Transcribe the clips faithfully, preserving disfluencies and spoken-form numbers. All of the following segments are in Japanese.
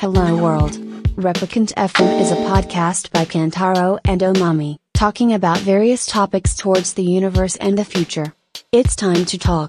Hello World. Replicant エフエム is a podcast by Kantaro and Omami, talking about various topics towards the universe and the future. It's time to talk.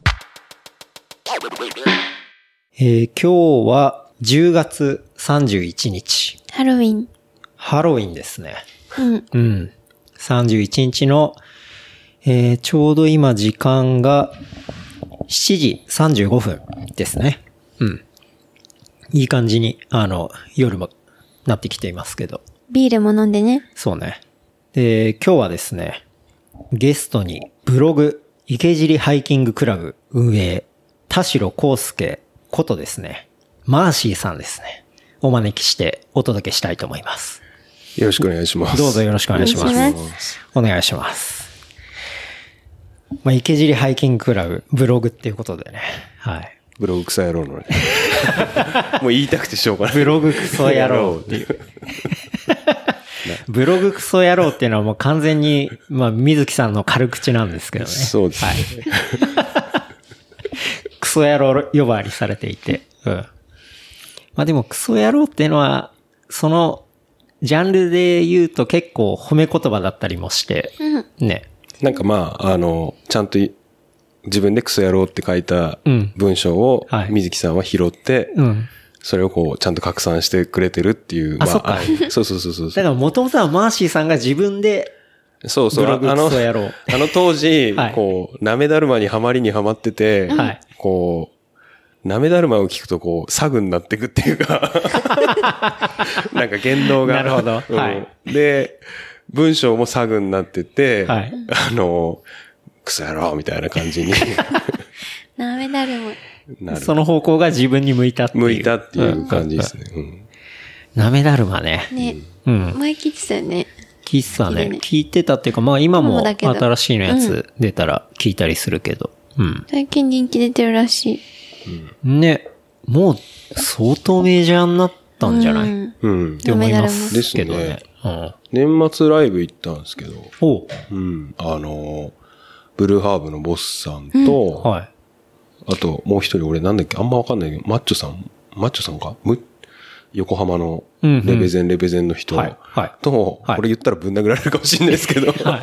えー、今日はじゅうがつさんじゅういちにち。 ハロウィン。 ハロウィンですね。 うん。 うん。さんじゅういちにちの、えー、ちょうど今時間がしちじさんじゅうごふんですね。うん。いい感じに、あの、夜もなってきていますけど。 ビールも飲んでね。 そうね。で、今日はですね、ゲストにブログ、池尻ハイキングクラブ運営、田代康介ことですね、マーシーさんですね、お招きしてお届けしたいと思います。 よろしくお願いします。 どうぞよろしくお願いします。 お願いします。 お願いします。まあ、池尻ハイキングクラブ、ブログっていうことでね。はい。 ブログクソ野郎のね。もう言いたくてしょうがない。 ブログクソ野郎っていう。ブログクソ野郎っていうのはもう完全に、まあ、水木さんの軽口なんですけどね。 そうですね。 はい、クソ野郎呼ばわりされていて。うん。まあでもクソ野郎っていうのは、その、ジャンルで言うと結構褒め言葉だったりもして、 うん。 ね。 なんかまあ、あの、ちゃんと自分でクソ野郎って書いた文章を水木さんは拾って、 うん。 それをこう、ちゃんと拡散してくれてるっていう。 あ、 まあ、 そっか。 そうそうそうそう。 だから元々はマーシーさんが自分で、 そうそう、 ブログクソ野郎。 あの、あの当時、 はい、 こう、なめだるまにはまりにはまってて、 はい、 こう、なめだるまを聞くとこう、サグになっていくっていうか、なんか言動が。 なるほど。 うん、 はい。 で、文章もサグになってて、 はい、 あの、クソ野郎みたいな感じに。 なめだるま。 なるその方向が自分に向いたっていう。 向いたっていう感じですね。うん。 なめだるまね。 ね。 うん。 前聞いてたよね。 聞いてたね。聞いてたっていうか、まあ今も新しいのやつ出たら聞いたりするけど。うん。 最近人気出てるらしい。 うん、ね。もう相当メジャーになったんじゃない、うん、 うん。 って思いますけどね。 ですね。 うん、 年末ライブ行ったんですけど。 おう。 うん。あの、ブルーハーブのボスさんと、うん、はい。あと、もう一人俺なんだっけあんまわかんないけど、マッチョさん、マッチョさんかむ横浜のレベゼン、うんうん、レベゼンの人、はいはい、と、はい、これ言ったらぶん殴られるかもしれないですけど、はい、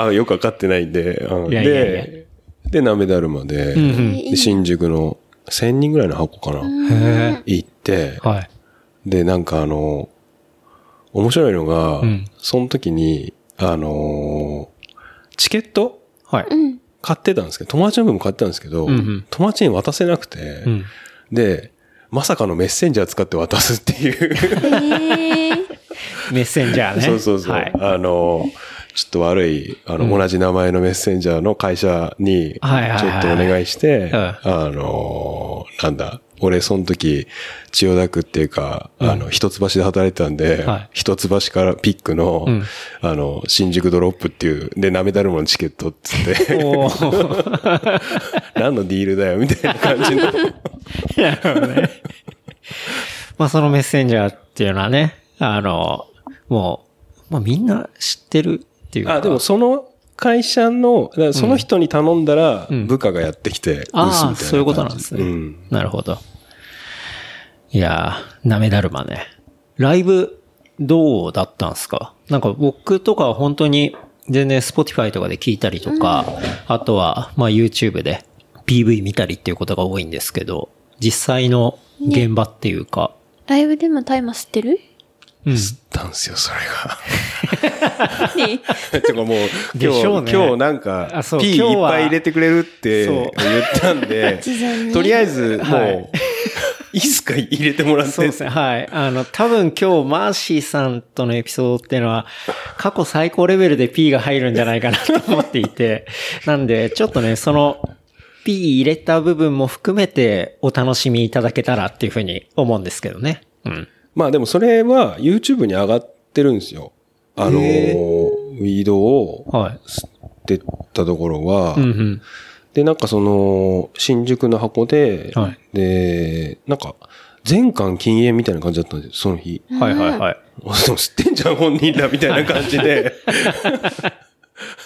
あよくわかってないんで、 いやいやいやで、で、なめだるまで、うんうん、で新宿のせんにんぐらいの箱かな、 へ行って、 はい、 で、なんかあの、面白いのが、うん、その時に、あのー、チケットはい。 買ってたんですけど、友達の分も買ってたんですけど、うんうん、友達に渡せなくて、うん、で、まさかのメッセンジャー使って渡すっていう、 えー。 メッセンジャーね。 そうそうそう。はい、あの、ちょっと悪い、あの、うん、同じ名前のメッセンジャーの会社に、ちょっとお願いして、あの、なんだ、俺、その時、千代田区っていうか、うん、あの、一橋で働いてたんで、はい、一橋からピックの、うん、あの、新宿ドロップっていう、で、なめだるまのチケットっつって、何のディールだよ、みたいな感じの。なるほどね。まあ、そのメッセンジャーっていうのはね、あの、もう、まあ、みんな知ってるっていうか。 あ、でもその、会社の、その人に頼んだら、部下がやってきて、うん、 ああ、そういうことなんですね。うん、なるほど。いやー、なめだるまね。ライブ、どうだったんですか？なんか僕とかは本当に、全然 Spotify とかで聞いたりとか、うん、あとは、まあ YouTube で ピーブイ 見たりっていうことが多いんですけど、実際の現場っていうか。 ね、ライブでもタイマー吸ってる？ うん、吸ったんですよ、それが。ねてかもう、今日、ね、今日なんか、P いっぱい入れてくれるって言ったんで、とりあえず、もう、はい、いいっすか入れてもらって。 そうですね、はい。あの、多分今日、マーシーさんとのエピソードっていうのは、過去最高レベルで P が入るんじゃないかなと思っていて、なんで、ちょっとね、その、P 入れた部分も含めてお楽しみいただけたらっていうふうに思うんですけどね。うん。 まあでもそれは YouTube に上がってるんですよ。あの、ウィードを吸ってったところは、はいうんうん、で、なんかその、新宿の箱で、はい、で、なんか、全館禁煙みたいな感じだったんですよ、その日。 はいはいはい。 吸ってんじゃん本人らみたいな感じで。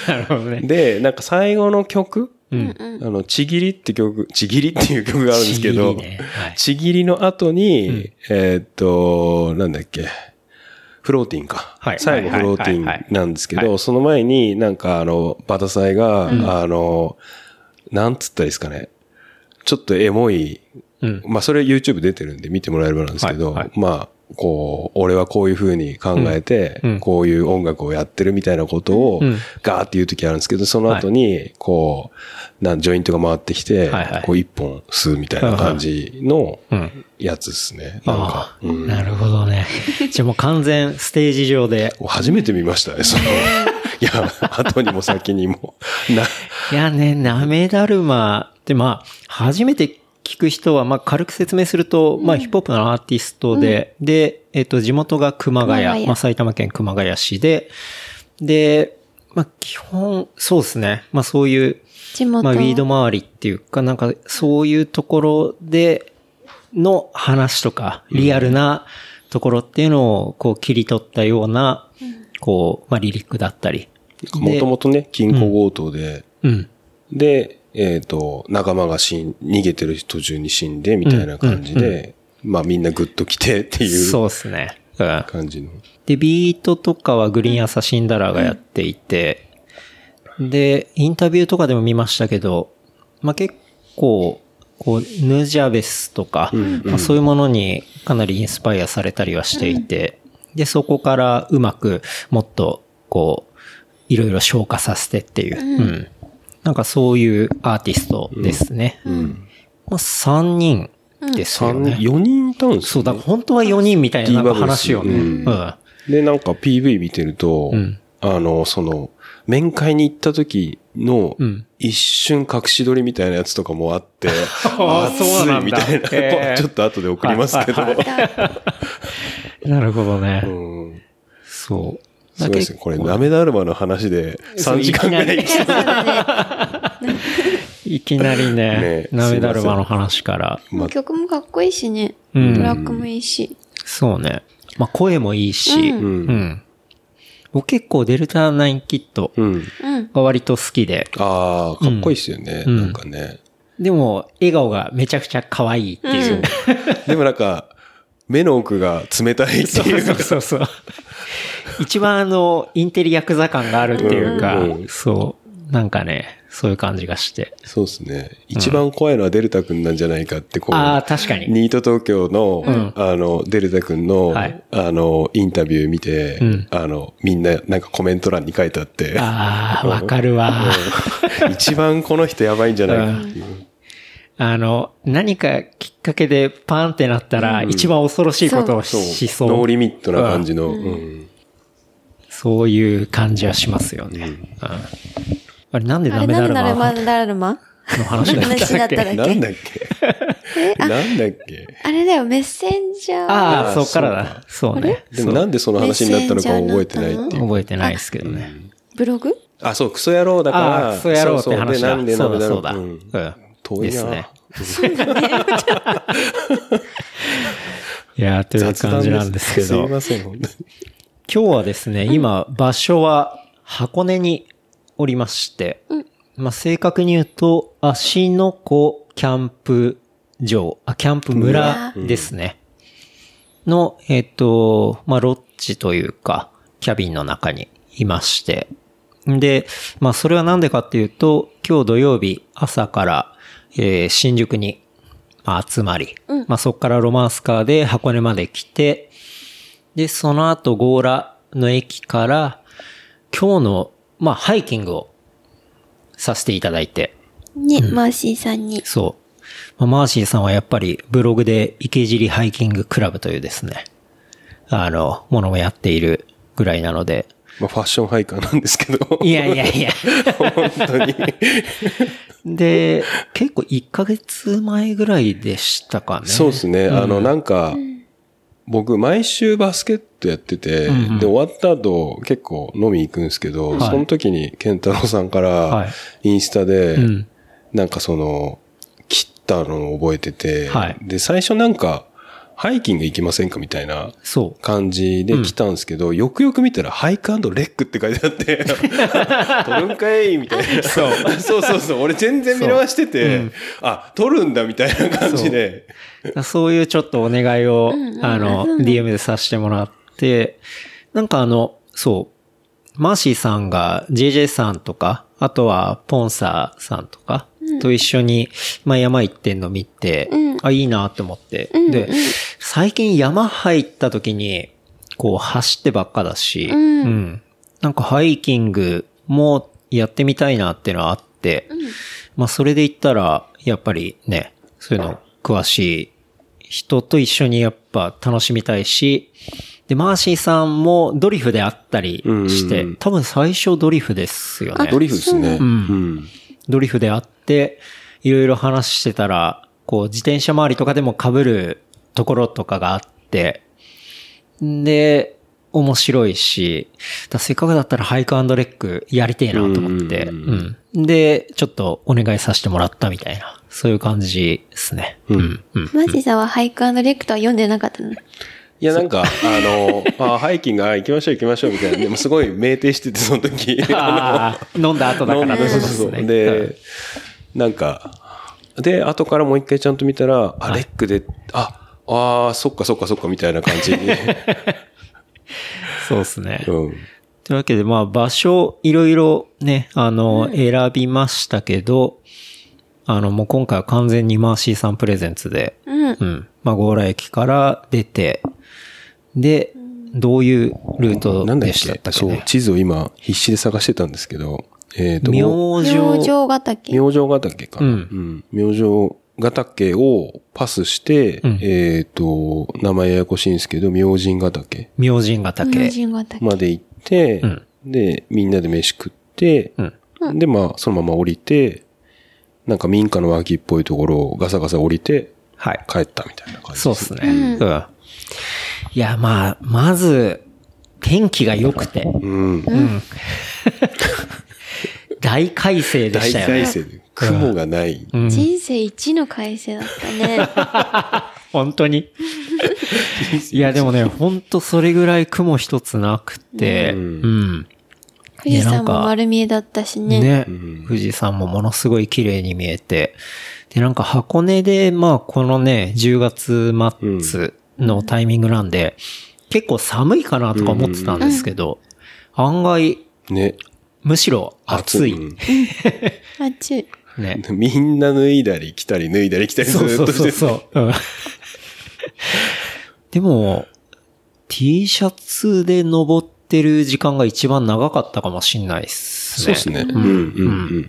なるほどね。 で、なんか最後の曲、 うん、 あの、ちぎりって曲、ちぎりっていう曲があるんですけど、ちぎり、ねはい、ちぎりの後に、うん、えー、っと、なんだっけ、フローティンか。はい、最後フローティンなんですけど、その前になんかあの、バタサイが、うん、あの、なんつったらいいですかね。ちょっとエモい、うん、まあそれ YouTube 出てるんで見てもらえればなんですけど、はいはい、まあ、こう、俺はこういう風に考えて、うん、こういう音楽をやってるみたいなことを、うん、ガーって言う時あるんですけど、その後に、こう、なんジョイントが回ってきて、はいはい、こう一本吸うみたいな感じのやつですね。 うん、なんか、うん、なるほどね。じゃあもう完全ステージ上で。 初めて見ましたね、その。いや、後にも先にも。 な。いやね、なめだるまってまあ、初めて聞く人は、まあ、軽く説明すると、うん、まあ、ヒップホップのアーティストで、うん、で、えっと、地元が熊谷、熊谷まあ、埼玉県熊谷市で、で、まあ、基本、そうですね。まあ、そういう、地元まあ、ウィード周りっていうか、なんか、そういうところでの話とか、リアルなところっていうのを、こう、切り取ったような、うん、こう、まあ、リリックだったり。 もともとね、金庫強盗で、うん、で、えっと、仲間が死ん、逃げてる途中に死んで、みたいな感じで、うんうんうん、まあみんなグッと来てっていう。 そうですね。うん。 感じの。 で、ビートとかはグリーンアサシンダラーがやっていて、うん、で、インタビューとかでも見ましたけど、まあ結構、こう、ヌジャベスとか、うんうんまあ、そういうものにかなりインスパイアされたりはしていて、うん、で、そこからうまくもっと、こう、いろいろ消化させてっていう、うんうんなんかそういうアーティストですね。うんうん、まあさんにんですよね。 よにんいたんですね。 そう、だから本当はよにんみたいななんか話をね、うんうん。 で、なんか ピーブイ 見てると、うん、あの、その、面会に行った時の一瞬隠し撮りみたいなやつとかもあって、うん、ああ、そうなんだ。みたいな、えー、ちょっと後で送りますけど。はいはいはい、 なるほどね。うん、そう。 すごいですね。これ、なめだるまの話でさんじかんぐらいいきそういきなりね、なめだるまの話から。 まあ、曲もかっこいいしね。うん、トラックもいいし。 そうね。まあ、声もいいし。うん。うん、僕結構デルタナインキットが割と好きで。 うん、ああ、かっこいいっすよね、うん。なんかね。 でも、笑顔がめちゃくちゃ可愛いっていう。うん、 でもなんか、目の奥が冷たいっていうか。 そうそうそう。一番あの、インテリヤクザ感があるっていうか、うんうん、そう、なんかね、そういう感じがして。 そうですね。一番怖いのはデルタ君なんじゃないかって、こう。 ああ、確かに。 ニート東京の、うん、あの、デルタ君の、はい、あの、インタビュー見て、うん、あの、みんななんかコメント欄に書いてあって。 ああ、わかるわ、 うん。一番この人やばいんじゃないかっていう。うんあの、何かきっかけでパーンってなったら、一番恐ろしいことをしそう。 ノーリミットな感じの、うんうん。 そういう感じはしますよね。うん、あれなんでダメだるまなんでダメだるまの話だったっけなんだっけなんだっけあれだよ、メッセンジャー。 ああ、そっからだ。そうね。 でもなんでその話になったのか覚えてないっていう。 覚えてないですけどね。 ブログあ、そう、クソ野郎だから。 あクソ野郎って話だ。 そうそうでなんでそうだ、 そうだ。うん遠いな。ですね。 そうだね。 いやー、という感じなんですけど。 すいません、本当に。 今日はですね、今、場所は箱根におりまして、うん、まあ、正確に言うと、芦ノ湖キャンプ場、あ、キャンプ村ですね。うん、の、えっと、まあ、ロッジというか、キャビンの中にいまして。で、まあ、それはなんでかっていうと、今日土曜日朝から、えー、新宿に、まあ、集まり、うん、まあ、そこからロマンスカーで箱根まで来て、で、その後、強羅の駅から、今日の、まあ、ハイキングをさせていただいて。 ね、うん、マーシーさんに。 そう。まあ、マーシーさんはやっぱりブログで池尻ハイキングクラブというですね、あの、ものもやっているぐらいなので。 まあ、ファッションハイカーなんですけど。 いやいやいや。 本当に。 で、結構いっかげつまえぐらいでしたかね。 そうですね。うん、あの、なんか、僕、毎週バスケットやってて、うんうん、で、終わった後、結構飲み行くんですけど、はい、その時に、健太郎さんから、インスタで、はいうん、なんかその、切ったのを覚えてて、はい、で、最初なんか、 ハイキング行きませんかみたいな感じで来たんですけど、うん、よくよく見たらハイク&レックって書いてあって、撮るんかいみたいな。そう。そうそうそう。俺全然見逃してて、うん、あ、撮るんだみたいな感じで。 そう、そういうちょっとお願いを、あの、ディーエム でさせてもらって、なんかあの、そう、マーシーさんが ジェイジェイ さんとか、あとはポンサーさんとかと一緒に、まあ山行ってんの見て、うん、あ、いいなって思って、うん、で、最近山入った時に、こう走ってばっかだし、うんうん、なんかハイキングもやってみたいなっていうのはあって、うん、まあそれで言ったら、やっぱりね、そういうの詳しい人と一緒にやっぱ楽しみたいし、で、マーシーさんもドリフであったりして、うんうん、多分最初ドリフですよね。 ドリフですね。 うん。うん、ドリフであって、いろいろ話してたら、こう自転車周りとかでも被るところとかがあって、で、面白いし、だせっかくだったらハイク&レックやりてえなと思って、うん、うん。で、ちょっとお願いさせてもらったみたいな、そういう感じですね。うん。うん。 マジさんはハイク&レックとは読んでなかったの？ いや、なんか、あの、あハイキング、あ行きましょう行きましょうみたいな。でもすごい酩酊してて、その時。 ああ、飲んだ後だから。 そうそうそう。で、なんか、で、後からもう一回ちゃんと見たら、あ、レックで、あ、ああ、そっかそっかそっかみたいな感じに。 そうですね。うん。というわけで、まあ、場所、いろいろね、あの、うん、選びましたけど、あの、もう今回は完全にマーシーさんプレゼンツで、うん。うん。まあ、強羅駅から出て、で、どういうルートでしたっけ？ そう、地図を今必死で探してたんですけど、 えっと、明星。 明星ヶ岳。 明星ヶ岳か。うん。うん。明星ヶ岳をパスして、うん、えっと、名前ややこしいんですけど、明神ヶ岳。 明神ヶ岳。 明神ヶ岳。 まで行って、うん、で、みんなで飯食って、うん、で、まあ、そのまま降りて、なんか民家の脇っぽいところをガサガサ降りて、はい。帰ったみたいな感じですね。 そうですね。うん。いや、まあ、まず、天気が良くて。うん。うん。大快晴でしたよね。 大快晴で。雲がない。 うん、人生一の快晴だったね。 本当に。いや、でもね、本当それぐらい雲一つなくて、うん。うん、 富士山も丸見えだったしね。 ね。うん、富士山もものすごい綺麗に見えて。で、なんか箱根で、まあ、このね、じゅうがつ末のタイミングなんで、うん、結構寒いかなとか思ってたんですけど、うん、案外、ね、むしろ暑い。 暑い。 ね。 みんな脱いだり着たり脱いだり着たりずっとしてる。そうそうそう、うん。 でも、T シャツで登ってる時間が一番長かったかもしんないっすね。そうですね。うん、うん、うん。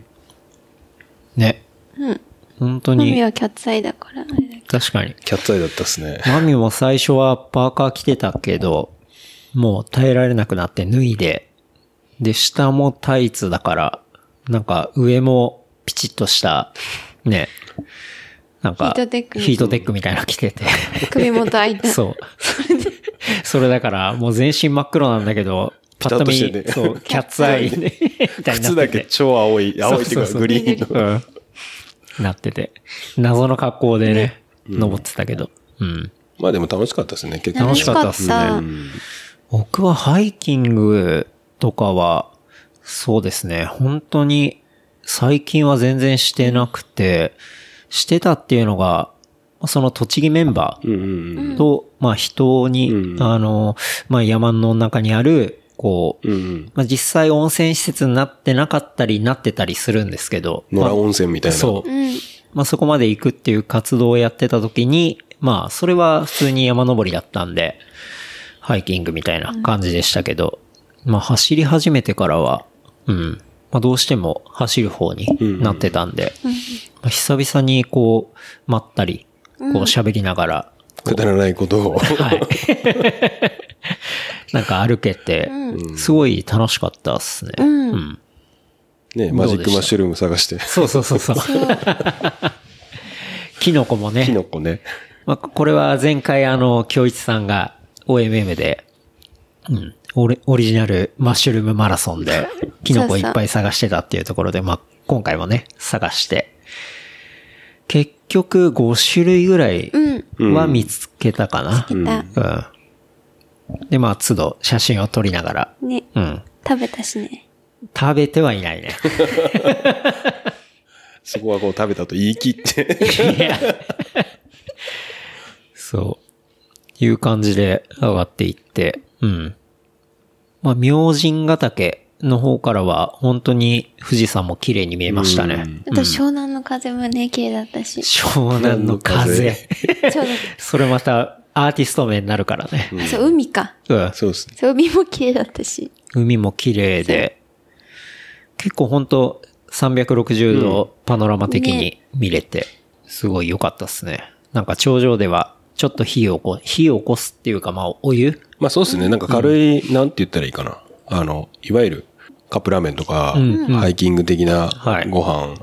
ね。 うん。 本当に。 マミはキャッツアイだからね。 確かに。 キャッツアイだったっすね。 マミも最初はパーカー着てたけど、もう耐えられなくなって脱いで、で、下もタイツだから、なんか上もピチッとした、ね、なんか、 ヒートテック。 ヒートテックみたいなの着てて。 首元開いた。 そう。それで。それだから、もう全身真っ黒なんだけど、パッと見、ね、そう、キャッツアイね、みたいになってて。 靴だけ超青い、青いっていうかグリーンの。そうそうそう、 うん。なってて。謎の格好でね、うん、登ってたけど。うん。 まあでも楽しかったですね、結構。楽しかったですね。うん、僕はハイキングとかは、そうですね、本当に最近は全然してなくて、してたっていうのが、その栃木メンバーと、まあ人に、あの、まあ山の中にある、こう、まあ実際温泉施設になってなかったりなってたりするんですけど。 野良温泉みたいな。 そう。まあそこまで行くっていう活動をやってた時に、まあそれは普通に山登りだったんで、ハイキングみたいな感じでしたけど、まあ走り始めてからは、うん。まあどうしても走る方になってたんで、まあ、久々にこう、まったり、こう喋りながら。 くだらないことを。はい。 なんか歩けて、すごい楽しかったっすね。うん。うん、 ね、マジックマッシュルーム探して。 そうそうそうそう。キノコもね。 キノコね。 まあこれは前回あの、京一さんが オーエムエム で、うん。オリ、オリジナルマッシュルームマラソンで、キノコいっぱい探してたっていうところで、まあ、今回もね、探して。結局ご種類ぐらいは見つけたかな。 うん、見つけた。 うん。で、まあ、都度写真を撮りながら。 ね。うん。食べたしね。 食べてはいないね。 そこはこう食べたと言い切って。いやそう。いう感じで上がっていって、うん。まあ、明神ヶ岳の方からは本当に富士山も綺麗に見えましたね。 あと湘南の風もね、綺麗だったし。 湘南の風。それまたアーティスト名になるからね。 うん、そう、海か。 うん。 そうですね。 そう、海も綺麗だったし。 海も綺麗で、結構本当さんびゃくろくじゅうどパノラマ的に見れて、すごい良かったですね。なんか頂上では、ちょっと火を起こ、火を起こすっていうか、まあ、お湯まあそうですね。なんか軽い、うん、なんて言ったらいいかな。あの、いわゆるカップラーメンとか、うんうん、ハイキング的なご飯、はい、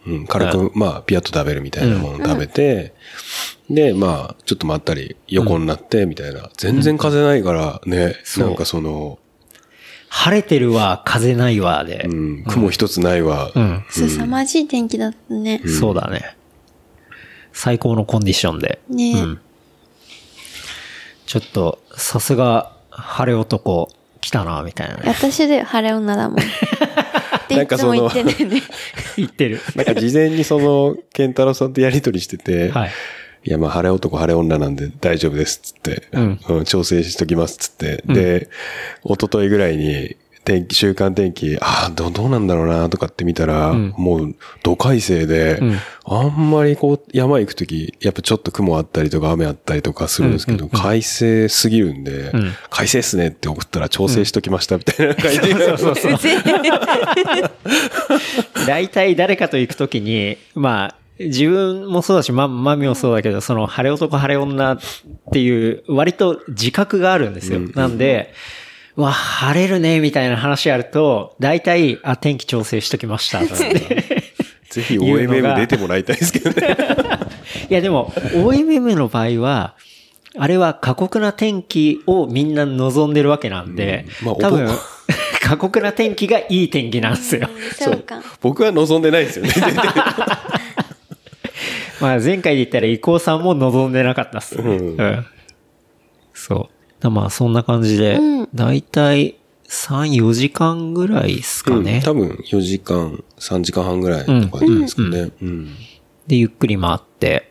うん、軽く、うん、まあ、ピヤッと食べるみたいなものを食べて、うん、で、まあ、ちょっとまったり横になって、みたいな。全然風ないからね、うん、なんかその、 晴れてるわ、風ないわで。 うん、雲一つないわ。 うん。すさまじい天気だったね、 うん。そうだね。最高のコンディションで。 ね、 うん、ちょっと、さすが、晴れ男来たな、みたいな、ね。 私で晴れ女だもん。っていつも言ってるね。 言ってる。 なんか事前にその、ケンタロウさんとやりとりしてて、はい。いや、まあ、晴れ男、晴れ女なんで大丈夫です、つって、うんうん、調整しときます、つって。うん、で、一昨日ぐらいに、天気、週間天気、ああ、ど、どうなんだろうな、とかって見たら、うん、もう、土快晴で、うん、あんまりこう、山行くとき、やっぱちょっと雲あったりとか雨あったりとかするんですけど、うんうんうん、快晴すぎるんで、うん、快晴っすねって送ったら調整しときました、みたいな感じで。そうそうそうそう。 大体誰かと行くときに、まあ、自分もそうだし、ま、マミもそうだけど、その、晴れ男晴れ女っていう、割と自覚があるんですよ。うんうん、なんで、わ、晴れるね、みたいな話あると、大体、あ、天気調整しときました、とかね。 ぜひ オーエムエム 出てもらいたいですけどね。 いや、でも、オーエムエム の場合は、あれは過酷な天気をみんな望んでるわけなんで、うん、まあ、多分、過酷な天気がいい天気なんですよ。 そうか。 僕は望んでないですよね。 まあ前回で言ったら、伊藤さんも望んでなかったっすね。うんうん、そう。まあそんな感じで、だいたいさん、よじかんぐらいですかね、 うん。多分よじかん、さんじかんはんぐらいとかじゃないですかね。うんうん、 で、ゆっくり回って、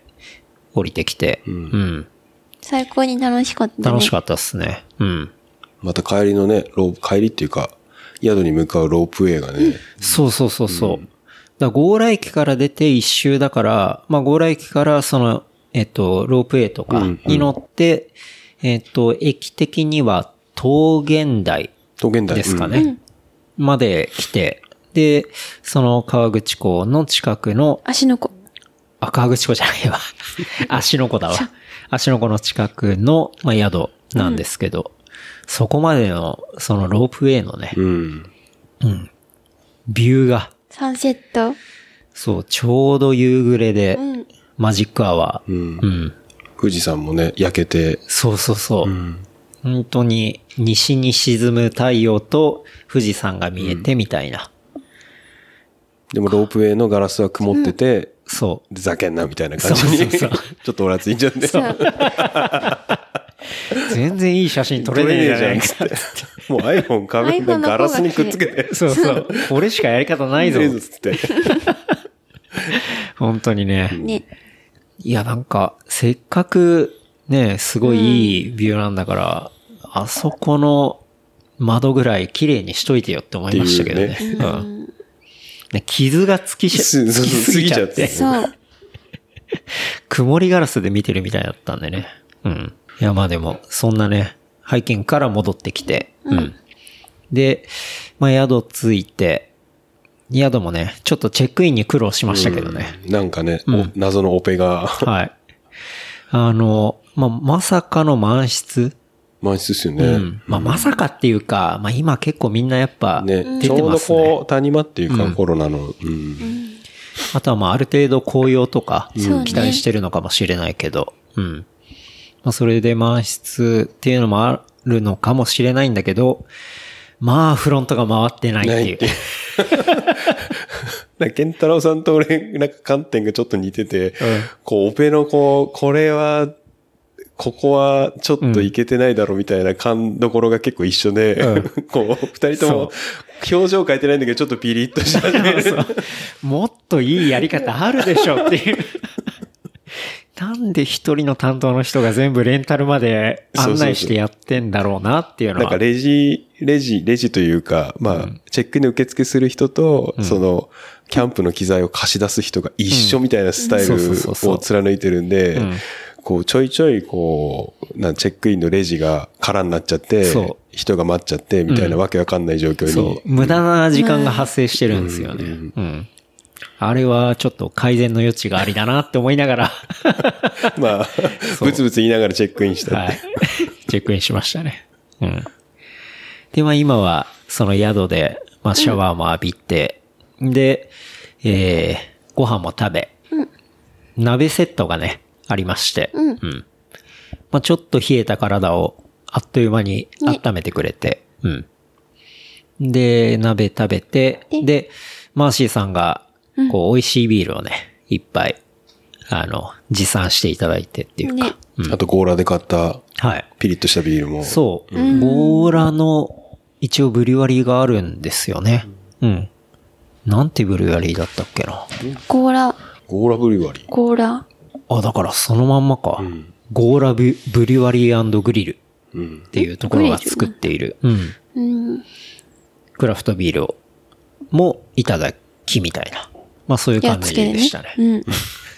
降りてきて、うんうん、 最高に楽しかったね。 楽しかったっすね。うん。 また帰りのね、ロープ、帰りっていうか、宿に向かうロープウェイがね。うん、 そうそうそうそう。うんだ強羅駅から出て一周だから、まあ、強羅駅からその、えっと、ロープウェイとかに乗って、うんうん、えっと、駅的には桃源台ですかね。うん、まで来て、で、その川口湖の近くの、 芦ノ湖。 あ、川口湖じゃないわ。芦ノ湖だわ。芦ノ湖の近くの、まあ、宿なんですけど、うん、そこまでの、そのロープウェイのね、うん。うん。ビューが、 サンセット。 そう、ちょうど夕暮れで、うん、マジックアワー、 うんうん。富士山もね、焼けて。 そうそうそう。うん、本当に西に沈む太陽と富士山が見えてみたいな。 うん、でもロープウェイのガラスは曇ってて、うん、 そう。 ざけんなみたいな感じに。そうそうそうちょっとオラついちゃうんで。 全然いい写真撮れねえじゃないか。 もう iPhone 壁にガラスにくっつけて。 そうそう。俺しかやり方ないぞ。つって。本当にね。ね。いや、なんか、せっかくね、すごいいいビューなんだから、うん、あそこの窓ぐらい綺麗にしといてよって思いましたけどね。ねうん、ね傷がつきし、つきすぎちゃって。そう。曇りガラスで見てるみたいだったんでね。うん。いや、まあでも、そんなね、ハイキングから戻ってきて、うん。うん、で、まあ宿着いて、宿もね、ちょっとチェックインに苦労しましたけどね。 うん、なんかね、うん、謎のオペが。 はい。あの、まあ、まさかの満室満室ですよね。 うん。まあ、まさかっていうか、まあ今結構みんなやっぱ出てますね。ね、ちょうどこう、谷間っていうか、うん、コロナの、うん。うん、 あとはまあある程度紅葉とか、期待してるのかもしれないけど、うん。まあそれで満室っていうのもあるのかもしれないんだけど、まあフロントが回ってないっていう。 なんかケンタロウさんと俺、なんか観点がちょっと似てて、うん、こう、オペのこう、これは、ここはちょっといけてないだろうみたいな勘どころが結構一緒で、うん、こう、二人とも表情変えてないんだけど、ちょっとピリッとし始める。 もっといいやり方あるでしょっていう。なんで一人の担当の人が全部レンタルまで案内してやってんだろうなっていうのは。 なんかレジ、レジ、レジというか、まあ、うん、チェックインの受付する人と、うん、その、キャンプの機材を貸し出す人が一緒みたいなスタイルを貫いてるんで、こう、ちょいちょい、こう、なんチェックインのレジが空になっちゃって、人が待っちゃって、みたいなわけわかんない状況に、うん。そう。 無駄な時間が発生してるんですよね。うん。うん、あれはちょっと改善の余地がありだなって思いながら。 まあ、ブツブツ言いながらチェックインしたって。はい。 チェックインしましたね。うん。で、まあ今は、その宿で、まあシャワーも浴びて、うん、で、えー、ご飯も食べ、うん、鍋セットがね、ありまして、うん。うん。まあちょっと冷えた体をあっという間に温めてくれて、ね、うん。で、鍋食べて、で、マーシーさんが、こう、美味しいビールをね、いっぱい、あの、持参していただいてっていうか。ねうん、あと、ゴーラで買った、はい。ピリッとしたビールも。 そう。うん、ゴーラの、一応ブリュワリーがあるんですよね。うん。なんてブリュワリーだったっけな。 ゴーラ。 ゴーラブリュワリー。 ゴーラ。 あ、だからそのまんまか。うん、ゴーラブブリュワリーグリルっていうところが作っている、うんうん、クラフトビールをもいただきみたいな、まあそういう感じでしたね。ねうん、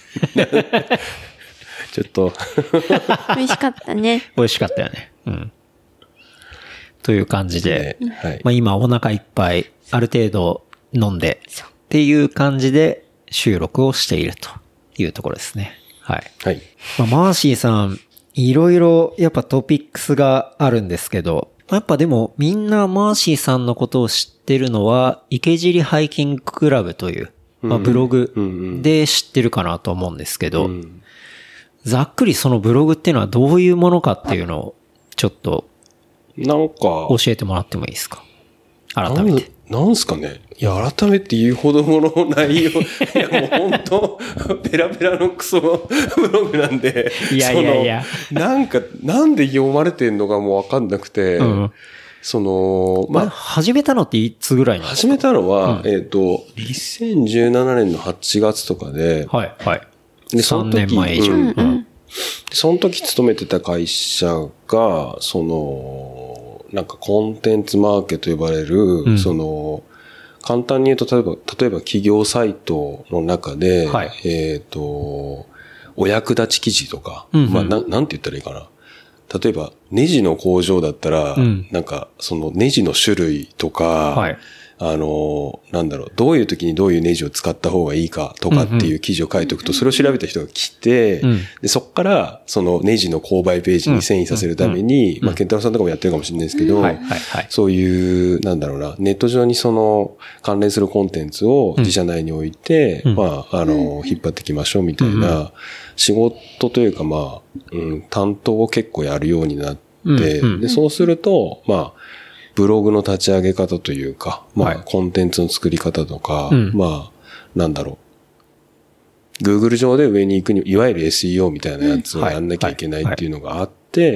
ちょっと美味しかったね。 美味しかったよね。うん。という感じで、ねはい、まあ今お腹いっぱいある程度飲んでっていう感じで収録をしているというところですね。はい。はい。まあ、マーシーさん、いろいろやっぱトピックスがあるんですけど、やっぱでもみんなマーシーさんのことを知ってるのは、池尻ハイキングクラブという、まあ、ブログで知ってるかなと思うんですけど、うんうん、ざっくりそのブログっていうのはどういうものかっていうのをちょっと、なんか、教えてもらってもいいですか？改めて。 なんすかね。いや、改めて言うほどもの内容。いや、もう本当ペラペラのクソブログなんで。 いやいやいや。 なんか、なんで読まれてんのかもわかんなくて、うん、その、 まあ、始めたのっていつぐらいなんですか？ 始めたのは、うん、えっと、にせんじゅうななねんのはちがつとかで、 はい、はい。 で、その時、さんねんまえ以上。うんうん、その時勤めてた会社が、その、なんかコンテンツマーケと呼ばれる、うん、その、簡単に言うと、例えば、例えば企業サイトの中で、はい、えっと、お役立ち記事とか、うんうん、まあ、な、なんて言ったらいいかな。例えば、ネジの工場だったら、うん、なんか、そのネジの種類とか、はい、あの、なんだろう、どういう時にどういうネジを使った方がいいかとかっていう記事を書いておくと、それを調べた人が来て、うん、でそこから、そのネジの購買ページに遷移させるために、まあ、ケンタロウさんとかもやってるかもしれないですけど、はいはいはい、そういう、なんだろうな、ネット上にその、関連するコンテンツを自社内に置いて、うん、まあ、あの、引っ張っていきましょうみたいな、仕事というか、まあ、うん、担当を結構やるようになって、うん、で、そうすると、まあ、ブログの立ち上げ方というか、まあ、コンテンツの作り方とか、うん、まあ、なんだろう。Google 上で上に行くに、いわゆる エスイーオー みたいなやつをやんなきゃいけないっていうのがあって、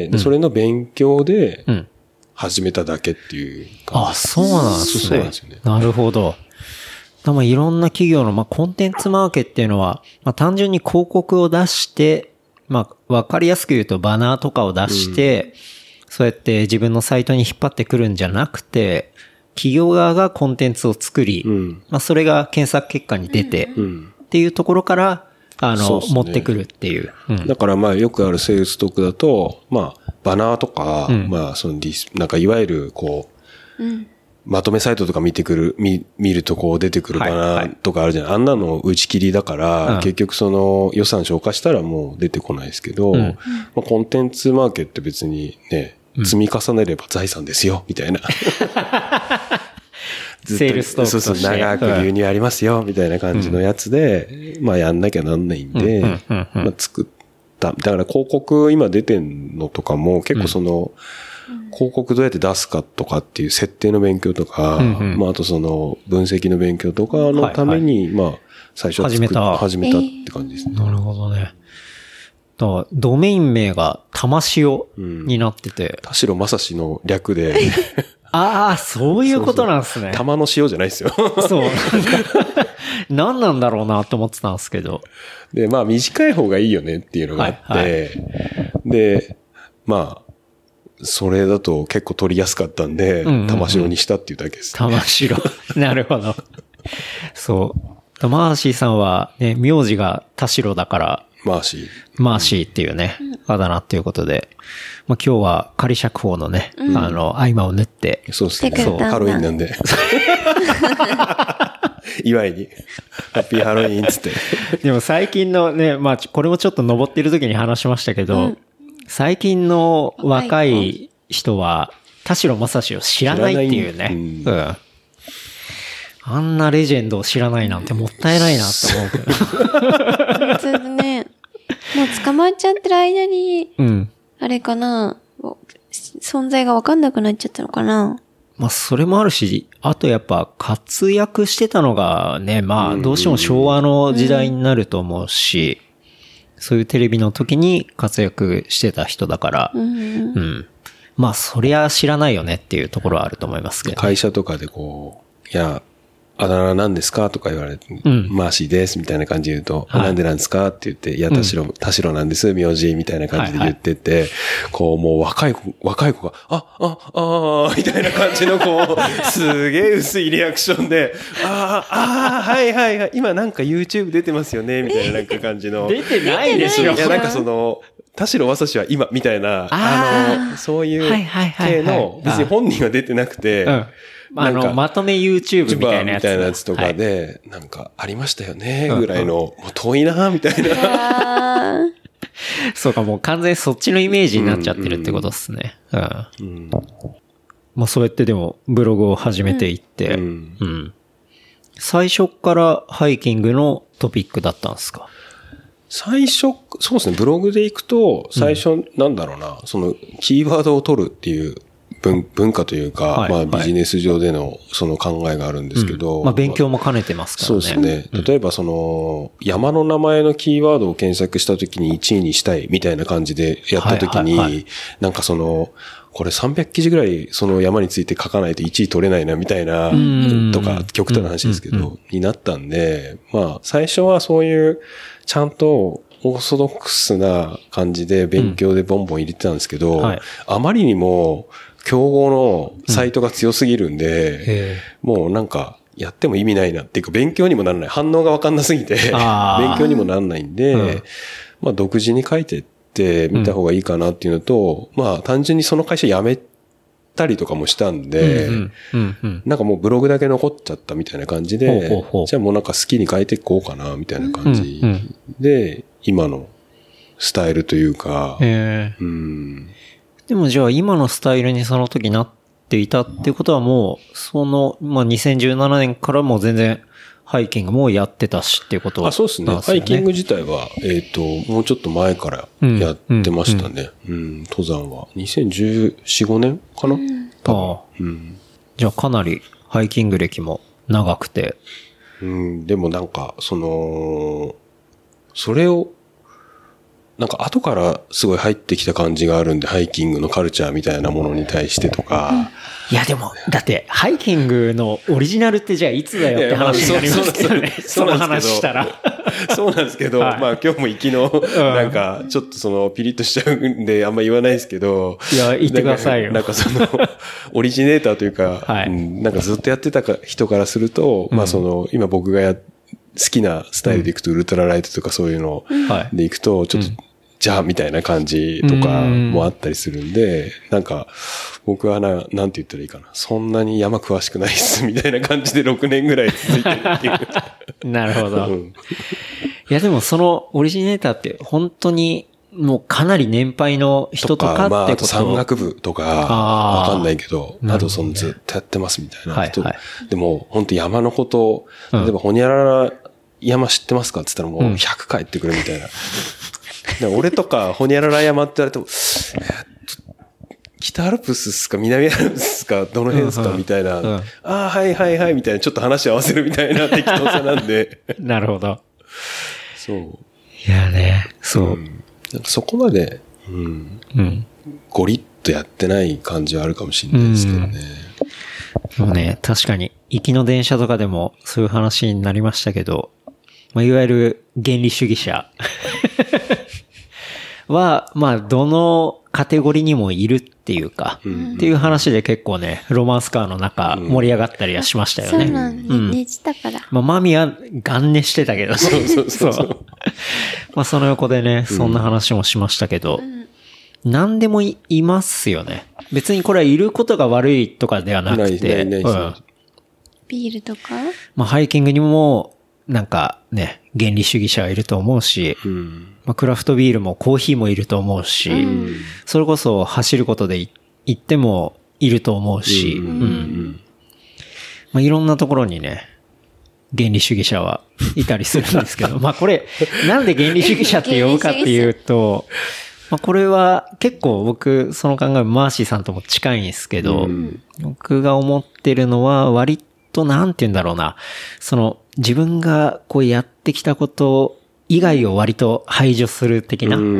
でそれの勉強で始めただけっていう感じ。 あ、そうなんですね。そうなんですよね。なるほど。まあ、いろんな企業の、まあ、コンテンツマーケっていうのは、まあ、単純に広告を出して、まあ、わかりやすく言うとバナーとかを出して、うんそうやって自分のサイトに引っ張ってくるんじゃなくて、企業側がコンテンツを作り、うん、まあそれが検索結果に出て、うん、っていうところから、あの、ね、持ってくるっていう、 うん。だからまあよくあるセールストークだと、まあバナーとか、うん、まあそのディス、なんかいわゆるこう、うんまとめサイトとか見てくる、見、見るとこう出てくるバナーとかあるじゃない、はいはい、あんなの打ち切りだから、うん、結局その予算消化したらもう出てこないですけど、うんまあ、コンテンツマーケって別にね、積み重ねれば財産ですよ、みたいな。 ずっとセールストークとして。 そうそう、長く流入ありますよ、みたいな感じのやつで、うん、まあやんなきゃなんないんで、うんうんうんうん、まあ作った。だから広告今出てんのとかも結構その、 広告どうやって出すかとかっていう設定の勉強とか、うんうん、まああとその分析の勉強とかのために、はいはい、まあ最初は始めた。 始めたって感じですね。 なるほどね。だからドメイン名が玉塩になってて。 田代正史の略で。 ああ、そういうことなんですね。 玉の塩じゃないですよ。 そう。何なんだろうなと思ってたんですけど。 で、まあ短い方がいいよねっていうのがあって、はいはい、で、まあ、それだと結構取りやすかったんで、うんうんうん、玉塩にしたっていうだけです、ね。 玉塩。なるほど。そう。マーシーさんはね、名字が田代だから、 マーシー。 マーシーっていうね、あだ名っていうことで、まあ今日は仮釈放のね、うん、あの、合間を縫って。 そうですね。そう、ハロウィンなんで。祝いに。ハッピーハロウィンつって。 でも最近のね、まあこれもちょっと登ってる時に話しましたけど、うん、最近の若い人は、田代正史を知らないっていうね。うん、うん。あんなレジェンドを知らないなんてもったいないなって思うけど。 普通ね、もう捕まっちゃってる間に、うん、あれかな、存在がわかんなくなっちゃったのかな。 まあそれもあるし、あとやっぱ活躍してたのがね、まあどうしても昭和の時代になると思うし、うん、そういうテレビの時に活躍してた人だから、うん、うん。まあそりゃ知らないよねっていうところはあると思いますけど、ね。 会社とかでこう、いや、あだ名何ですかとか言われて、うん、マーシーですみたいな感じで言うと、はい、なんでなんですかって言って、いや、田代、田代なんです、名字みたいな感じで言ってて、はいはい、こう、もう若い子、若い子が、あ、あ、あー、みたいな感じの、こう、すげえ薄いリアクションで、あー、あー、はいはいはい、今なんか YouTube 出てますよね、みたいななんか感じの。 出てないでしょ。 いや、なんかその、田代正史は今、みたいな、あ, あの、そういう系の、別に本人は出てなくて、うんあの、まとめ YouTube みたいなやつ。 みたいなやつとかで、はい、なんか、ありましたよね、ぐらいの、もう遠いな、みたいな。 そうか、もう完全にそっちのイメージになっちゃってるってことですね。うん。うん、まあ、そうやってでも、ブログを始めていって、うん。うん、最初からハイキングのトピックだったんですか？ 最初、そうですね、ブログで行くと、最初、うん、なんだろうな、その、キーワードを取るっていう、文, 文化というか、はい、まあビジネス上でのその考えがあるんですけど。 うん、まあ勉強も兼ねてますからね。 そうですね。例えばその、山の名前のキーワードを検索したときにいちいにしたいみたいな感じでやったときに、はいはいはい、なんかその、これさんびゃくきじぐらいその山について書かないといちい取れないなみたいな、とか極端な話ですけど、になったんで、まあ最初はそういうちゃんとオーソドックスな感じで勉強でボンボン入れてたんですけど、うんはい、あまりにも競合のサイトが強すぎるんで、うん、もうなんかやっても意味ないなっていうか勉強にもならない。反応がわかんなすぎて勉強にもならないんで、うん、まあ独自に書いてってみた方がいいかなっていうのと、うん、まあ単純にその会社辞めたりとかもしたんで、うんうんうん、なんかもうブログだけ残っちゃったみたいな感じで、ほうほうほうじゃあもうなんか好きに変えていこうかなみたいな感じで、うんうん、今のスタイルというか、 えーうんでもじゃあ今のスタイルにその時なっていたってことはもう、その、まあ、にせんじゅうななねんからもう全然ハイキングもやってたしっていうことなんですよね。 あ、そうですね。ハイキング自体は、えっと、もうちょっと前からやってましたね。うん、うんうん、登山は。にせんじゅうよん、ごねんかな、うん、多分、うん。 じゃあかなりハイキング歴も長くて。 うん、でもなんか、その、それを、なんか後からすごい入ってきた感じがあるんで、ハイキングのカルチャーみたいなものに対してとか。 いやでも、だって、ハイキングのオリジナルってじゃあいつだよって話になりますけどね。その話したら。 そうなんですけど、はい、まあ今日も行きの、なんか、ちょっとそのピリッとしちゃうんであんま言わないですけど。 いや、言ってくださいよ。 なんかその、オリジネーターというか、はい、うん、なんかずっとやってた人からすると、うん、まあその、今僕がや、好きなスタイルでいくと、ウルトラライトとかそういうのでいくと、ちょっと、うんじゃあみたいな感じとかもあったりするんで、なんか僕はな、なんて言ったらいいかな。そんなに山詳しくないっすみたいな感じでろくねんぐらい続いてるっていう。 なるほど。うん、いやでもそのオリジネーターって本当にもうかなり年配の人とかってこと。 まああと山岳部とかわかんないけど、あとそのずっとやってますみたいな人。はいはい、でも本当山のこと、例えばホニャララ山知ってますかって言ったらもうひゃく返ってくるみたいな。俺とか、ホニャララ山って言われても、 北アルプスっすか南アルプスっすかどの辺っすか、うん、みたいな、うん、ああ、はいはいはいみたいな、ちょっと話合わせるみたいな適当さなんで。 なるほど。 そう。 いやね、そう。うん、 なんかそこまで、うん。うん。ゴリッとやってない感じはあるかもしれないですけどね。 うん、もうね、確かに、行きの電車とかでもそういう話になりましたけど、まあ、いわゆる原理主義者は、まあ、どのカテゴリーにもいるっていうか、うん、っていう話で結構ね、ロマンスカーの中盛り上がったりはしましたよね。 そうなんだ、うん、寝てたから。 まあ、マミはガン寝してたけど、 そうそうそうそう。 まあ、その横でね、そんな話もしましたけど、うん、何でも い, いますよね。別にこれはいることが悪いとかではなくて、 ないないない、うん、 ビールとかまあ、ハイキングにも、なんかね、原理主義者はいると思うし、うん、まあ、クラフトビールもコーヒーもいると思うし、うん、それこそ走ることで行ってもいると思うし、うんうん、まあ、いろんなところにね、原理主義者はいたりするんですけど、まあこれ、なんで原理主義者って呼ぶかっていうと、まあこれは結構僕、その考えマーシーさんとも近いんですけど、うん、僕が思ってるのは割となんて言うんだろうな、その自分がこうやってきたこと以外を割と排除する的な、うん、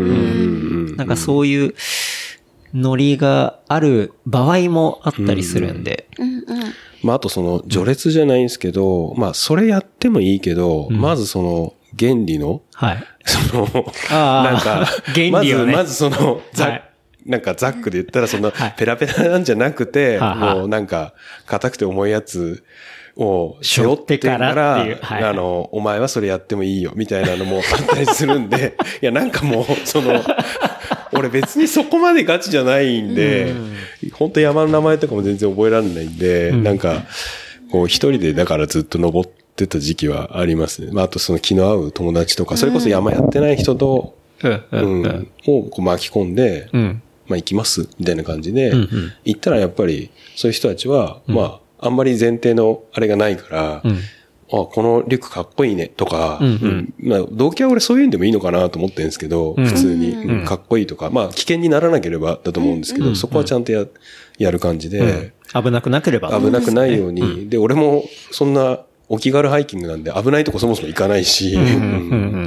なんかそういうノリがある場合もあったりするんで、うんうんまあ、あとその序列じゃないんですけど、まあ、それやってもいいけど、うん、まずその原理の、はい。その、なんか、 原理をね、 まず、まずその、ざ、はい、なんかザックで言ったらその、ペラペラなんじゃなくて、はい、もうなんか、硬くて重いやつを背負ってから、はい、あの、お前はそれやってもいいよ、みたいなのもあったりするんで、いや、なんかもう、その、俺別にそこまでガチじゃないんで、本当山の名前とかも全然覚えられないんで、うん、なんか、こう一人でだからずっと登ってた時期はありますね。まああとその気の合う友達とか、それこそ山やってない人と、うんうんうん、をこう巻き込んで、うん、まあ行きますみたいな感じで、うんうん、行ったらやっぱりそういう人たちは、うん、まああんまり前提のあれがないから、うんあ、このリュックかっこいいねとか、うんうんうん、まあ、動機は俺そういうんでもいいのかなと思ってるんですけど、うん、普通に、うん、かっこいいとか、まあ、危険にならなければだと思うんですけど、うん、そこはちゃんとや、やる感じで、 うん、危なくなければ。 危なくないように、うん、で、俺もそんなお気軽ハイキングなんで危ないとこそもそも行かないし、うんうんうん、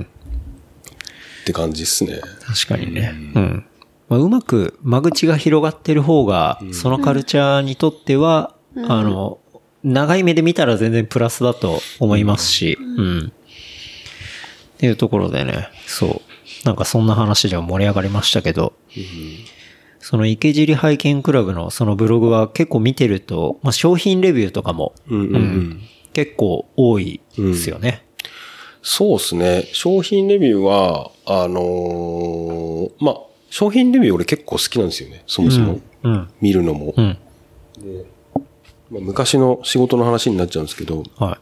って感じっすね。 確かにね。うん。まあ、うまく間口が広がってる方が、うん、そのカルチャーにとっては、うん、あの、長い目で見たら全然プラスだと思いますし、うん。うん、っていうところでね、そう。なんかそんな話では盛り上がりましたけど、うん、その池尻ハイキングクラブのそのブログは結構見てると、まあ、商品レビューとかも、うんうんうん、結構多いですよね。うん、 そうですね。商品レビューは、あのー、まあ、商品レビュー俺結構好きなんですよね。そもそも。うんうん、見るのも。うんでまあ、昔の仕事の話になっちゃうんですけど、はい。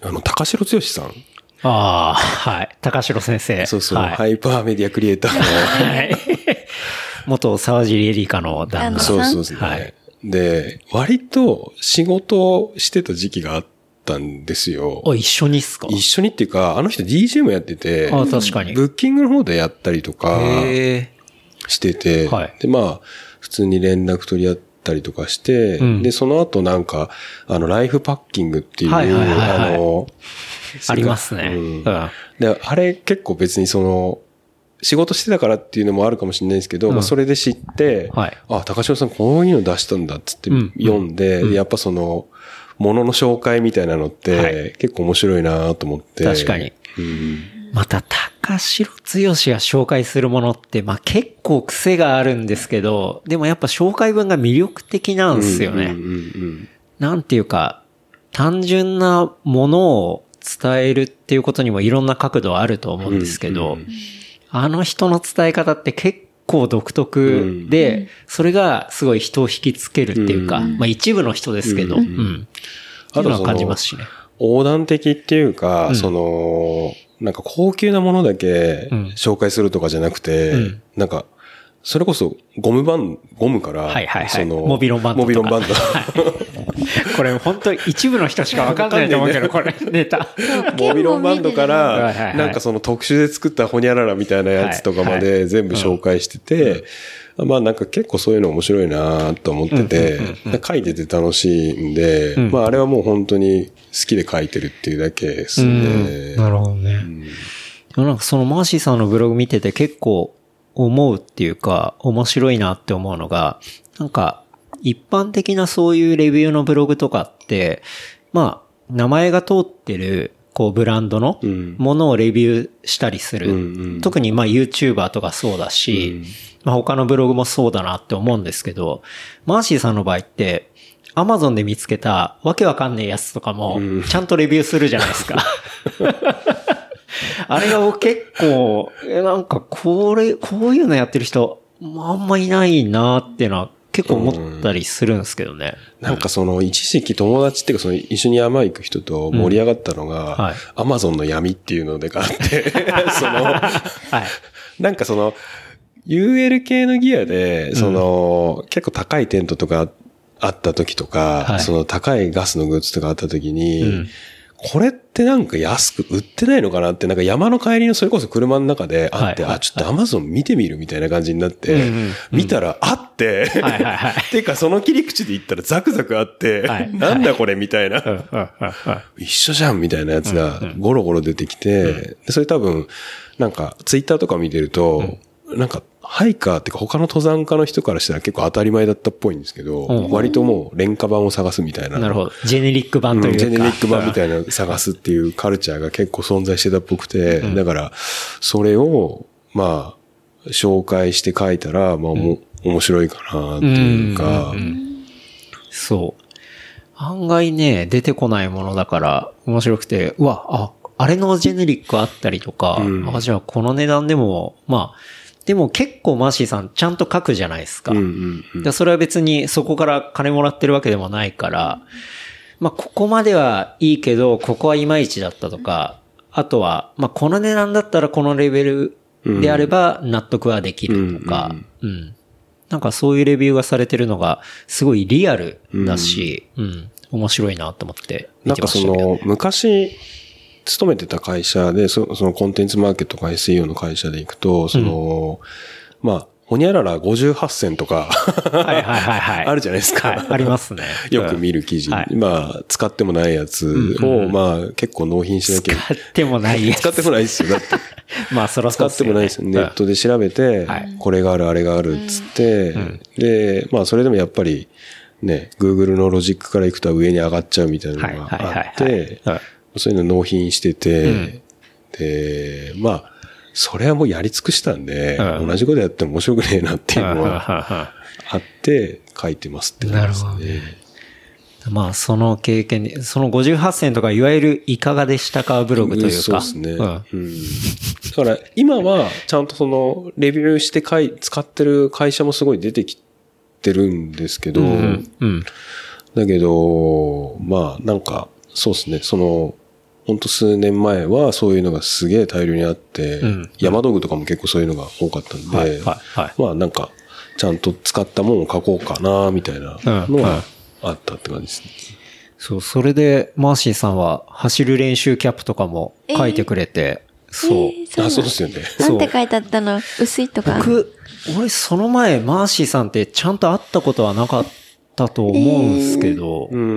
あの、高城剛さん。 ああ、はい。高城先生。 そうそう、はい。ハイパーメディアクリエイターの。はい。 元沢尻エリカの旦那さん。 そうそうですね。はい。で、割と仕事してた時期があったんですよ。 あ、一緒にっすか？ 一緒にっていうか、あの人 ディージェー もやってて、 あ、確かに。 ブッキングの方でやったりとかしてて、はい。で、まあ、普通に連絡取り合って、たりとかして、うん、で、その後なんか、あの、ライフパッキングっていう、はいはいはいはい、あの、 ありますね、うん。 で、あれ結構別にその、仕事してたからっていうのもあるかもしれないですけど、うん、まあそれで知って、はい、あ、高城さんこういうの出したんだっつって読んで、うんうん、やっぱその、ものの紹介みたいなのって、はい、結構面白いなと思って。 確かに。うんまた、高城剛が紹介するものって、まあ結構癖があるんですけど、でもやっぱ紹介文が魅力的なんですよね。うんうんうんうん、なんていうか、単純なものを伝えるっていうことにもいろんな角度あると思うんですけど、うんうん、あの人の伝え方って結構独特で、うん、それがすごい人を引きつけるっていうか、うん、まあ一部の人ですけど、うん。うん、っていうのは感じますしね。 横断的っていうか、うん、その、なんか高級なものだけ紹介するとかじゃなくて、うん、なんか、 それこそゴムバン、ゴムから、 はいはいはい、 その、 モビロンバンドとか。 モビロンバンド。 これ本当一部の人しかわかんないと思うけど、これネタ。 モビロンバンドから、なんかその特殊で作ったホニャララみたいなやつとかまで全部紹介してて、まあなんか結構そういうの面白いなと思ってて、書いてて楽しいんで、うん、まああれはもう本当に好きで書いてるっていうだけですね。 うん、なるほどね。うん、なんかそのマーシーさんのブログ見てて結構思うっていうか面白いなって思うのが、なんか一般的なそういうレビューのブログとかって、まあ名前が通ってるこうブランドのものをレビューしたりする。うんうん、特にまあ YouTuber とかそうだし、うんまあ、他のブログもそうだなって思うんですけど、マーシーさんの場合って、Amazon で見つけたわけわかんねえやつとかも、ちゃんとレビューするじゃないですか。うん、あれが結構、なんかこれ、こういうのやってる人、あんまいないなっていうのは結構思ったりするんですけどね。 うん、なんかその、一時期友達っていうかその一緒に山行く人と盛り上がったのが、うんはい、Amazon の闇っていうのでがあって、その、はい、なんかその、ユーエル 系のギアで、その、うん、結構高いテントとかあった時とか、はい、その高いガスのグッズとかあった時に、うん、これってなんか安く売ってないのかなって、なんか山の帰りのそれこそ車の中であって、はい、あ、ちょっと Amazon 見てみるみたいな感じになって、うんうん、見たらあって、はいはいはい、てかその切り口で言ったらザクザクあって、はい、なんだこれみたいな、はい、一緒じゃんみたいなやつがゴロゴロ出てきて、うんうん、それ多分、なんかツイッターとか見てると、うん、なんか、ハイカーっていうか他の登山家の人からしたら結構当たり前だったっぽいんですけど、うん、割ともう廉価版を探すみたいな。 なるほど。ジェネリック版というか、うん。 ジェネリック版みたいな探すっていうカルチャーが結構存在してたっぽくて、うん、だからそれをまあ紹介して書いたら、まあも、うん、面白いかなっていうか、うんうん、 そう。案外ね、出てこないものだから面白くて、うわ、あ、あれのジェネリックあったりとか、うん、あ、じゃあこの値段でも、まあ、でも結構マーシーさんちゃんと書くじゃないですか。うんうんうん、でそれは別にそこから金もらってるわけでもないから、まあここまではいいけど、ここはいまいちだったとか、あとは、まあこの値段だったらこのレベルであれば納得はできるとか、うんうんうん、なんかそういうレビューがされてるのがすごいリアルだし、うん、うん、面白いなと思って見てましたけど、ね。 なんかその昔、勤めてた会社で、そ, そのコンテンツマーケットとか エスイーオー の会社で行くと、その、うん、まあ、ほにゃららごじゅうはっせんとかはいはいはい、はい、あるじゃないですか。はい、 ありますね。 よく見る記事。はい、まあ、使ってもないやつを、うんうん、まあ、結構納品しなきゃ。 使ってもないやつ。 使ってもないですよ。だって。 まあ、そらそうですよね。 使ってもないですよ。ネットで調べて、はい、これがある、あれがあるっつって、うん、で、まあ、それでもやっぱり、ね、Google のロジックから行くと上に上がっちゃうみたいなのがあって、そういうの納品してて、うん、で、まあ、それはもうやり尽くしたんで、うん、同じことやっても面白くねえなっていうのはあって書いてますって感じですね。なるほどね。 まあ、その経験で、そのごじゅうはっせんとかいわゆるいかがでしたかブログというか。 そうですね。うんうん、だから今はちゃんとそのレビューしてかい使ってる会社もすごい出てきてるんですけど、うんうん、だけど、まあなんかそうですね、その、ほんと数年前はそういうのがすげえ大量にあって、うん、山道具とかも結構そういうのが多かったんで、はいはいはい、まあなんかちゃんと使ったものを書こうかなみたいなのはあったって感じですね。 そう、それでマーシーさんは走る練習キャップとかも書いてくれて、えー、そう、えー、そう。あ、そうですよね。 なんて書いてあったの？薄いとか。 僕、俺その前マーシーさんってちゃんと会ったことはなかったと思うんですけど、 えー、うん。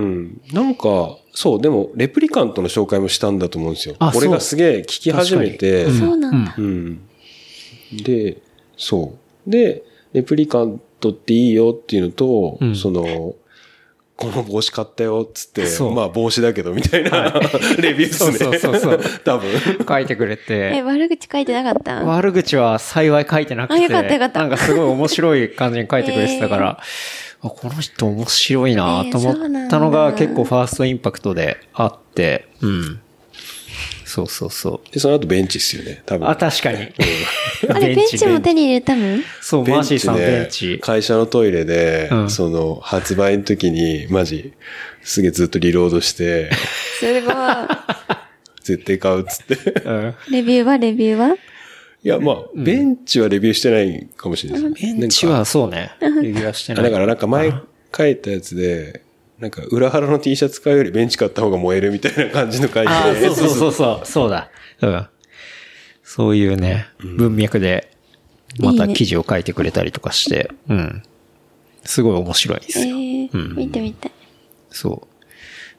なんか、そう、でも、レプリカントの紹介もしたんだと思うんですよ。俺がすげえ聞き始めて。 そうなんだ。 うん。で、そう。で、レプリカントっていいよっていうのと、うん、その、この帽子買ったよっつって、まあ帽子だけどみたいな、はい、レビューですね。 そうそうそうそう。 多分。 書いてくれて。 え、悪口書いてなかった？ 悪口は幸い書いてなくて。 あ、よかったよかった。 なんかすごい面白い感じに書いてくれてたから、えー、あ、この人面白いなと思ったのが結構ファーストインパクトであって、うん。そうそうそう。 で、その後ベンチっすよね、多分。 あ、確かに。 あれ、ベンチも手に入れたの？ そう、マーシーさんベンチ。 会社のトイレで、うん、その、発売の時に、マジ、すげえずっとリロードして。 すごい。 絶対買うっつって。 うん、レビューはレビューはいや、まあ、ベンチはレビューしてないかもしれないです。 ベンチはそうね。レビューはしてない。 だからなんか前書いたやつで、なんか裏腹の T シャツ買うよりベンチ買った方が燃えるみたいな感じの書いて。 あそうそうそうそう、そうだ。うん。そういうね、文脈で、また記事を書いてくれたりとかして、いいね、うん。すごい面白いですよ。 えーうん、見てみたい。 そう。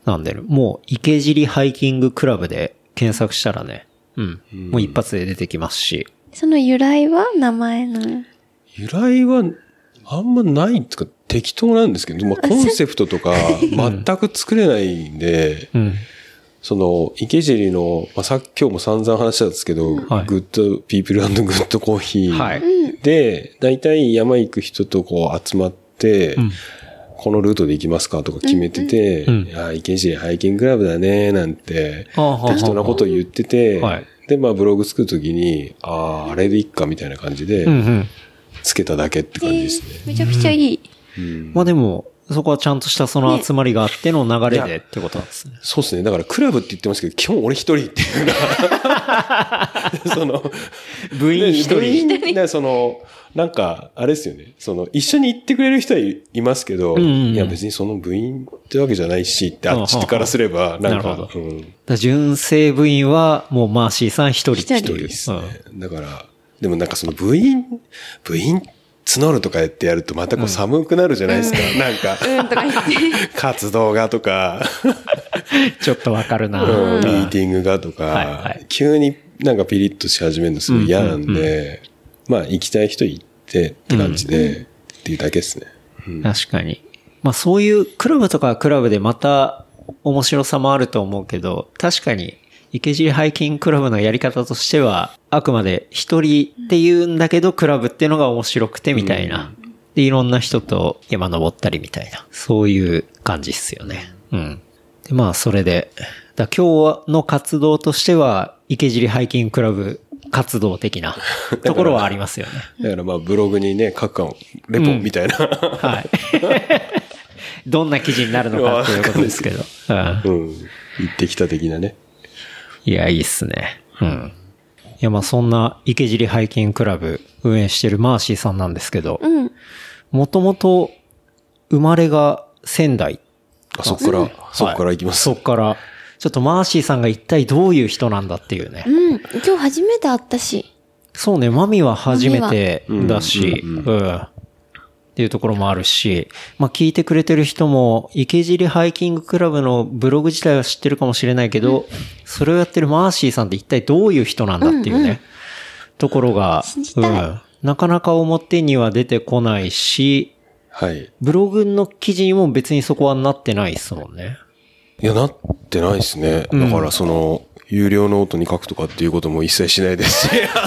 なんで、もう池尻ハイキングクラブで検索したらね、うん。うん、もう一発で出てきますし。 その由来は名前の。 由来は、あんまないっていうか適当なんですけど、まあ、コンセプトとか全く作れないんで、うん、その、池尻の、まあ、さっき今日も散々話したんですけど、はい、グッドピープル&グッドコーヒーで、だいたい山行く人とこう集まって、うん、このルートで行きますかとか決めてて、うんうん、いや、池尻ハイキングクラブだね、なんて、適当なことを言ってて、はい、で、まあブログ作るときに、ああ、あれでいっかみたいな感じで、つけただけって感じですね。 えー、めちゃくちゃいい。 うん、まあでも、そこはちゃんとしたその集まりがあっての流れでってことなんですね。 そうですね。だからクラブって言ってますけど、基本俺一人っていうか、その、 部員一人。部員ね、その、なんか、あれですよね。その、一緒に行ってくれる人はいますけど、うんうんうん、いや別にその部員ってわけじゃないしって、あっちからすれば、なんか、うん、 だ純正部員はもうマーシーさん一人っていう。一人ですね。うん、だから、でもなんかその部員、部員募るとかやってやるとまたこう寒くなるじゃないですか。うん、なんか、うん、とか言って活動がとか、 ちょっとわかるな、 うん、ミーティングがとか、はいはい、急になんかピリッとし始めるのすごい嫌なんで、うんうんうん、まあ行きたい人行ってって感じで、うんうん、っていうだけですね、 うん。確かに。まあそういうクラブとかはクラブでまた面白さもあると思うけど、確かに池尻ハイキングクラブのやり方としては、あくまで一人って言うんだけど、クラブっていうのが面白くてみたいな。うん、で、いろんな人と山登ったりみたいな。そういう感じっすよね。うん。で、まあ、それで、だ今日の活動としては、池尻ハイキングクラブ活動的なところはありますよね。 だからまあ、ブログにね、書くかも、レポみたいな。うん、はい。 どんな記事になるのかっていうことですけど。 うん。うん。行ってきた的なね。 いや、いいっすね。うん。いや、まあそんな池尻ハイキングクラブ運営してるマーシーさんなんですけど、もともと生まれが仙台。 あ、そっから、うん、そっから行きます、 はい。そっから、ちょっとマーシーさんが一体どういう人なんだっていうね。 うん。今日初めて会ったし。 そうね、マミは初めてだし、うん、うんうん、っていうところもあるし、まあ聞いてくれてる人も池尻ハイキングクラブのブログ自体は知ってるかもしれないけど、うん、それをやってるマーシーさんって一体どういう人なんだっていうね、うんうん、ところが、うん、なかなか表には出てこないし、はい、ブログの記事にも別にそこはなってないですもんね。 いや、なってないですね。だからその、うん、有料ノートに書くとかっていうことも一切しないですし。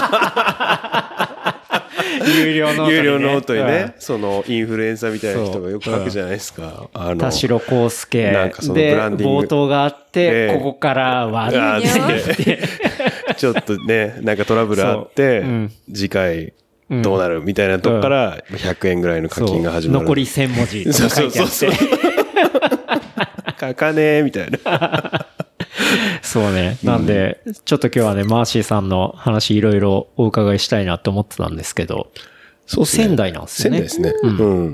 有料ノートにね。 有料ノートにね、うん、そのインフルエンサーみたいな人がよく書くじゃないですか。 うん、あの田代康介なんかそのブランディングで冒頭があって、ここからはってちょっとね、なんかトラブルあって、うん、次回どうなるみたいなとこからひゃくえんぐらいの課金が始まる。 残りせん文字とか書いてあって。そうそうそう書かねえみたいな。 そうね。なんで、うん、ちょっと今日はね、マーシーさんの話いろいろお伺いしたいなと思ってたんですけど、そうですね。仙台なんですよね。 仙台ですね。うん。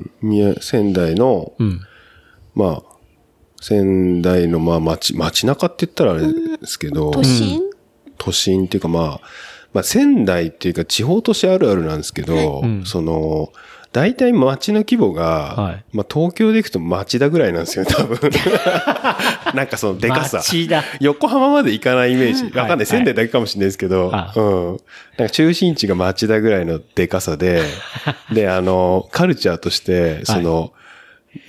うん、仙台の、うん、まあ、仙台のまあ街、街中って言ったらあれですけど、 うん、都心、 都心っていうかまあ、まあ仙台っていうか地方都市あるあるなんですけど、うん、その、大体街の規模が、はい、まあ東京で行くと町田ぐらいなんですよ、多分。なんかそのでかさ。 町田。 横浜まで行かないイメージ。わかんない。はい、仙台だけかもしれないですけど、はい、うん。なんか中心地が町田ぐらいのでかさで、で、あの、カルチャーとして、その、はい、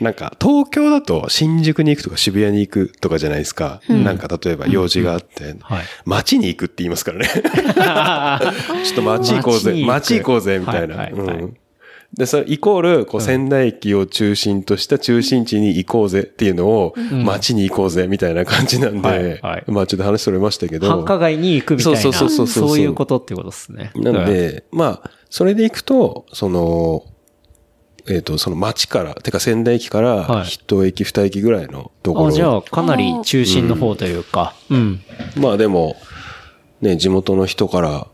なんか東京だと新宿に行くとか渋谷に行くとかじゃないですか。うん、なんか例えば用事があって、うんはい、街に行くって言いますからね。ちょっと街行こうぜ、街行こうぜ、みたいな。はいはいはいうんで、それイコール、こう、仙台駅を中心とした中心地に行こうぜっていうのを、街に行こうぜみたいな感じなんで、はいはい、まあちょっと話それましたけど。 繁華街に行くみたいな。そうそうそうそう。そういうことってことですね。 なんで、まあ、それで行くと、その、えっと、その街から、てか仙台駅から、一駅二駅ぐらいのところ。 あ、じゃあ、かなり中心の方というか。 うん。うん、まあでも、ね、地元の人から、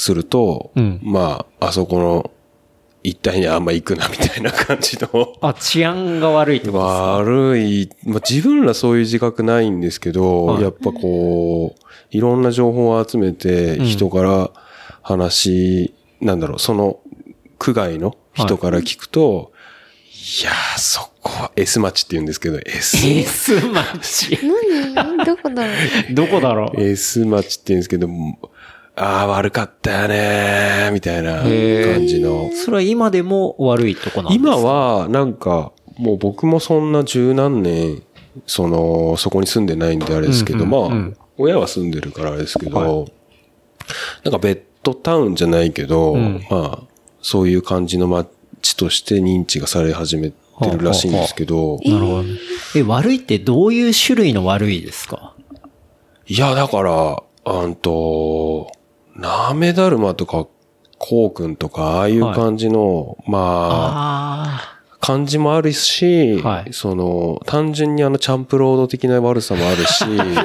すると、 うん、 まあ、あそこの一帯にあんま行くなみたいな感じの。 あ、治安が悪いってことですか？ 悪い。まあ自分らそういう自覚ないんですけど、はい、やっぱこう、いろんな情報を集めて、人から話、うん、なんだろう、その区外の人から聞くと、はいいやー、そこは S 町って言うんですけど、S。 S 町何どこだろうどこだろう ?S 町って言うんですけど、あー、悪かったよねー、みたいな感じの。 それは今でも悪いとこなんですか？ 今は、なんか、もう僕もそんな十何年、その、そこに住んでないんであれですけど、うんうんうん、まあ、親は住んでるからあれですけど、はい、なんかベッドタウンじゃないけど、うん、まあ、そういう感じの街、地として認知がされ始めてるらしいんですけど。 なるほどね。え、悪いってどういう種類の悪いですか？ いや、だから、あんと、なめだるまとか、こうくんとか、ああいう感じの、はい、まあ、感じもあるし、はい、その、単純にあの、チャンプロード的な悪さもあるし、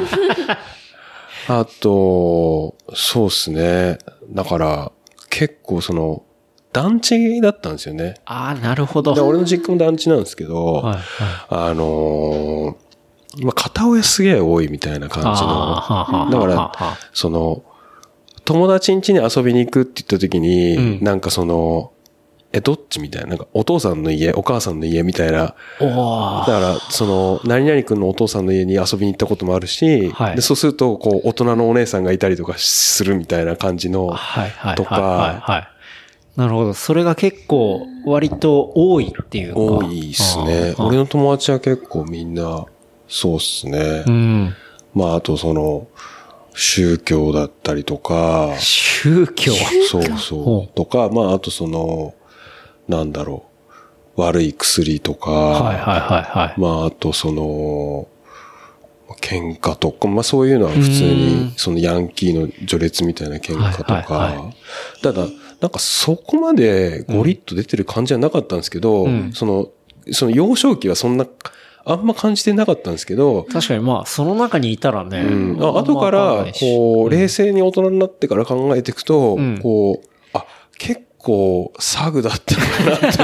あと、そうっすね。だから、結構その、団地だったんですよね。 ああ、なるほど。 で、俺の実家も団地なんですけど、はいはい、あのー、まあ、片親すげえ多いみたいな感じの。だから、その、友達ん家に遊びに行くって言った時に、うん、なんかその、え、どっちみたいな、なんかお父さんの家、お母さんの家みたいな。だから、その、何々くんのお父さんの家に遊びに行ったこともあるし、はい、でそうすると、こう、大人のお姉さんがいたりとかするみたいな感じの、とか、 なるほど。それが結構割と多いっていうか。 多いっすね。俺の友達は結構みんなそうっすね。 うん、 まああとその宗教だったりとか。 宗教そうそう。とか、まああとその、なんだろう。悪い薬とか。 はいはいはいはい。 まああとその、喧嘩とか、まあそういうのは普通にそのヤンキーの序列みたいな喧嘩とか。はいはいはい、ただ、なんかそこまでゴリッと出てる感じはなかったんですけど、うん、その、その幼少期はそんな、あんま感じてなかったんですけど。 確かにまあ、その中にいたらね。 うん、あ後から、こう、冷静に大人になってから考えていくと、うん、こう、あ、結構、サグだったのかなって。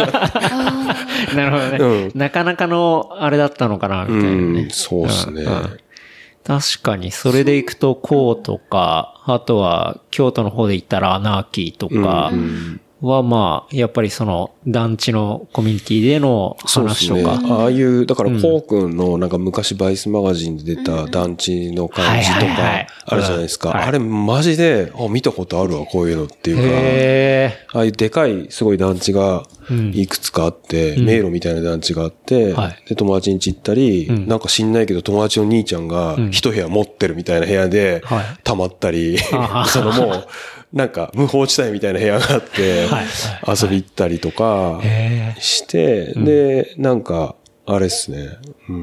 なるほどね、うん。なかなかの、あれだったのかな、みたいなね。 うん、そうですね。うんうん確かに、それで行くと、こうとか、あとは、京都の方で行ったらアナーキーとかは、まあ、やっぱりその、団地のコミュニティでの話とか。 そうですね。ああいう、だから、こうくんのなんか昔バイスマガジンで出た団地の感じとか、あるじゃないですか。あれ、マジで、あ、見たことあるわ、こういうのっていうか。 へー。 ああいうでかい、すごい団地が、いくつかあって、うん、迷路みたいな団地があって、はい、で、友達ん家行ったり、うん、なんか知んないけど友達の兄ちゃんが一部屋持ってるみたいな部屋で、溜まったり、はい、そのもう、なんか無法地帯みたいな部屋があって、遊び行ったりとかして、で、なんか、あれっすね、うん、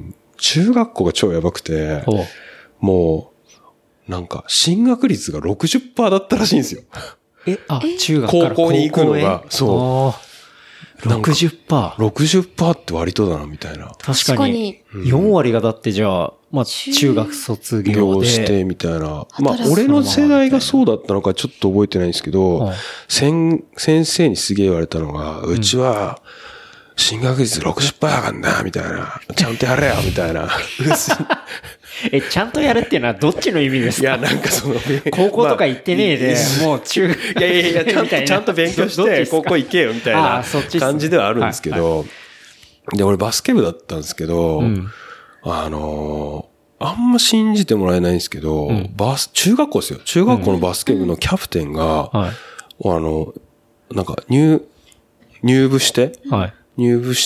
中学校が超やばくて、もう、なんか、進学率が ろくじゅっパーセント だったらしいんですよ。 え、あ、中学から高校に行くのが、そう。 ろくじゅっパーセント。 ろくじゅっパーセント って割とだな、みたいな。 確かに。よん割がだってじゃあ、まあ中学卒業で。 してみたいな。まあ俺の世代がそうだったのかちょっと覚えてないんですけど、先生にすげえ言われたのが、うちは、進学率 ろくじゅっパーセント やがんな、みたいな。ちゃんとやれよ、みたいな。 え、ちゃんとやるっていうのはどっちの意味ですか？ いや、なんかその、 高校とか行ってねえで、まあ、もう中学。 いやいやいや、ちゃんと、ちゃんと勉強して、高校行けよ、みたいな感じではあるんですけど、で、俺バスケ部だったんですけど、うん、あのー、あんま信じてもらえないんですけど、うん、バス、中学校ですよ。中学校のバスケ部のキャプテンが、うんはい、あの、なんか入、入部して、はい、入部して、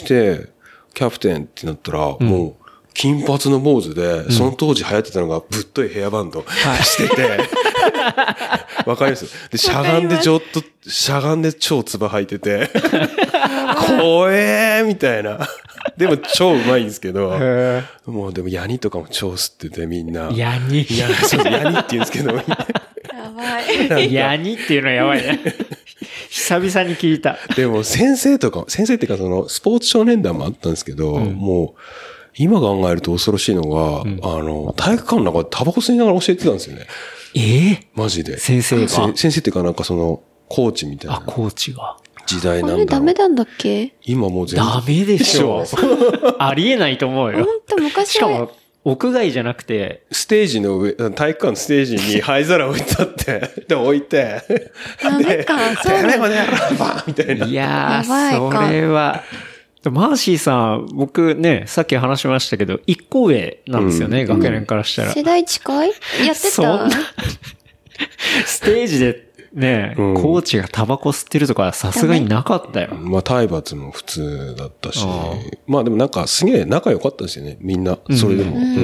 キャプテンってなったら、うん、もう、金髪の坊主で、その当時流行ってたのがぶっといヘアバンドしてて、わ、はい、かりますで、しゃがんでちょっと、しゃがんで超つば履いてて、怖えーみたいな。でも超うまいんですけど、もうでもヤニとかも超吸っててみんな。 ヤニヤニそうヤニって言うんですけど。やばい。 ヤニっていうのはやばいね。久々に聞いた。 でも先生とか、先生っていうかそのスポーツ少年団もあったんですけど、うん、もう、 今考えると恐ろしいのが、うん、あの、体育館の中でタバコ吸いながら教えてたんですよね。 ええー、 マジで。 先生が。 先生っていうかなんかその、コーチみたいな。 あ、コーチが。 時代なんだろう。 あれダメなんだっけ？ 今もう全然。 ダメでしょ。ありえないと思うよ。 ほんと昔は。 しかも、屋外じゃなくて。 ステージの上、体育館のステージに灰皿置いてあって、で、置いて。 ダメか、そうだね。この野郎バーンみたいな。 いやー、それは。マーシーさん、僕ね、さっき話しましたけど、一個上なんですよね、うん、学年からしたら。 世代近い？やってた？ そんなステージでね、うん、コーチがタバコ吸ってるとかさすがになかったよ。 まあ体罰も普通だったし、あまあでもなんかすげえ仲良かったですよね、みんな。それでも。うんうんうん、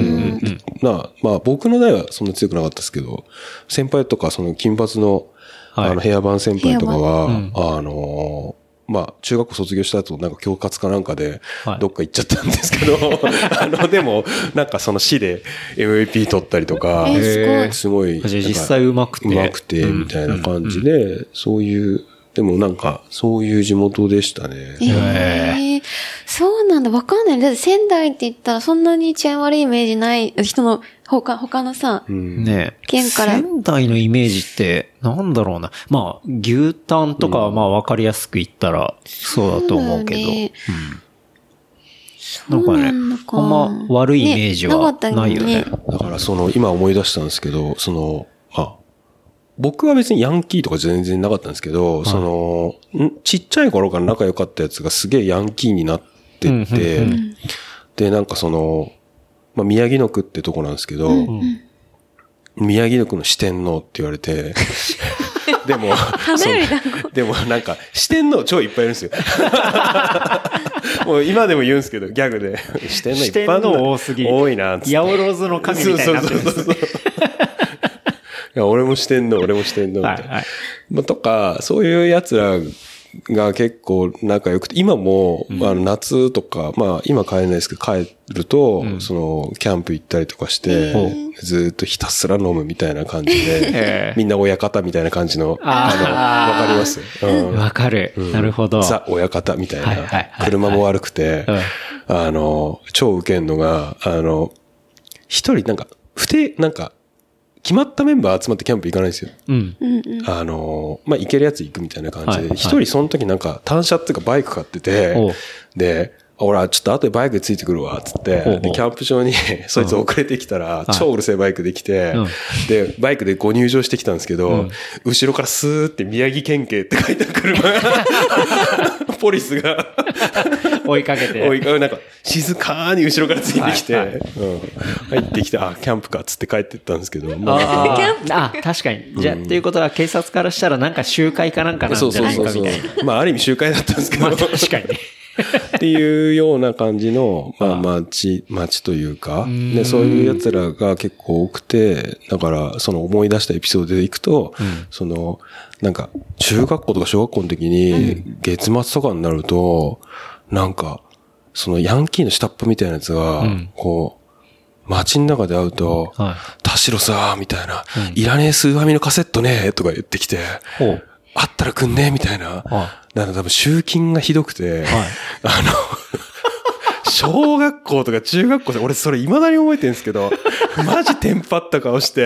なまあ僕の代はそんな強くなかったですけど、先輩とかその金髪の、はい、あのヘアバン先輩とかは、うん、あのー、まあ、中学校卒業した後、なんか教活かなんかで、どっか行っちゃったんですけど、はい、あの、でも、なんかその市で エムブイピー 取ったりとか、 えー、 すごい、 実際上手くて。 上手くて、みたいな感じで、うんうんうん、そういう、でもなんか、そういう地元でしたね。 えー、そうなんだ、わかんない。だって仙台って言ったらそんなに治安悪いイメージない人の、他、他のさ、 うん、ね県から。 仙台のイメージって、なんだろうな。まあ、牛タンとかはまあわかりやすく言ったら、そうだと思うけど。ねうん、なんかね、あんま悪いイメージはないよね。ねねだからその、今思い出したんですけど、その、あ、僕は別にヤンキーとか全然なかったんですけど、はい、その、ちっちゃい頃から仲良かったやつがすげえヤンキーになってって、うんうんうん、で、なんかその、まあ、宮城野区ってとこなんですけど、うんうん、宮城野区の四天王って言われて、でも、でもなんか、四天王超いっぱいいるんですよ。もう今でも言うんですけど、ギャグで。四天王いっぱいいるの多すぎ。 多いなっつって。 八百万の神みたいになってるんです。 そうそうそうそういや俺も四天王、俺も四天王みたいな。はいはいまあ、とか、そういう奴らが結構仲良くて、今も、うん、あの夏とか、まあ今帰れないですけど、帰ると、うん、その、キャンプ行ったりとかして、ずっとひたすら飲むみたいな感じで、みんな親方みたいな感じの、あの、わかりますわ、うん、かる、うん。なるほど。 ザ親方みたいな。はいはいはいはい、車も悪くて、うん、あの、超ウケんのが、あの、一人なんか、不定、なんか、決まったメンバー集まってキャンプ行かないんですよ。うん。あの、まあ、行けるやつ行くみたいな感じで、一、はい、人その時なんか単車っていうかバイク買ってて、で、俺はちょっと後でバイクでついてくるわ、つって、で、キャンプ場にそいつ遅れてきたら、超うるせえバイクできて、うん、で、バイクでご入場してきたんですけど、うん、後ろからスーって宮城県警って書いた車が、ポリスが追いかけて。 追いかけて、なんか、静かに後ろからついてきて、はいはいうん、入ってきて、あ、キャンプかっつって帰ってったんですけど、まあ、あ、確かに。じゃあ、うん、っていうことは警察からしたらなんか集会かなんかなんじゃないかみたいな。そうそうそうそう。 まあ、ある意味集会だったんですけど。まあ、 確かにね。 っていうような感じの、まあ、街、街というか、で、そういう奴らが結構多くて、だから、その思い出したエピソードでいくと、うん、その、なんか、中学校とか小学校の時に、月末とかになると、なんか、そのヤンキーの下っ端みたいなやつが、こう、街の中で会うと、はい、田代さ、みたいな、うん、いらねえスーファミのカセットね、とか言ってきて、あったらくんねみたいな。はい、だから多分集金がひどくて、はい、あの、小学校とか中学校で、俺それ未だに覚えてるんですけど、マジテンパった顔して。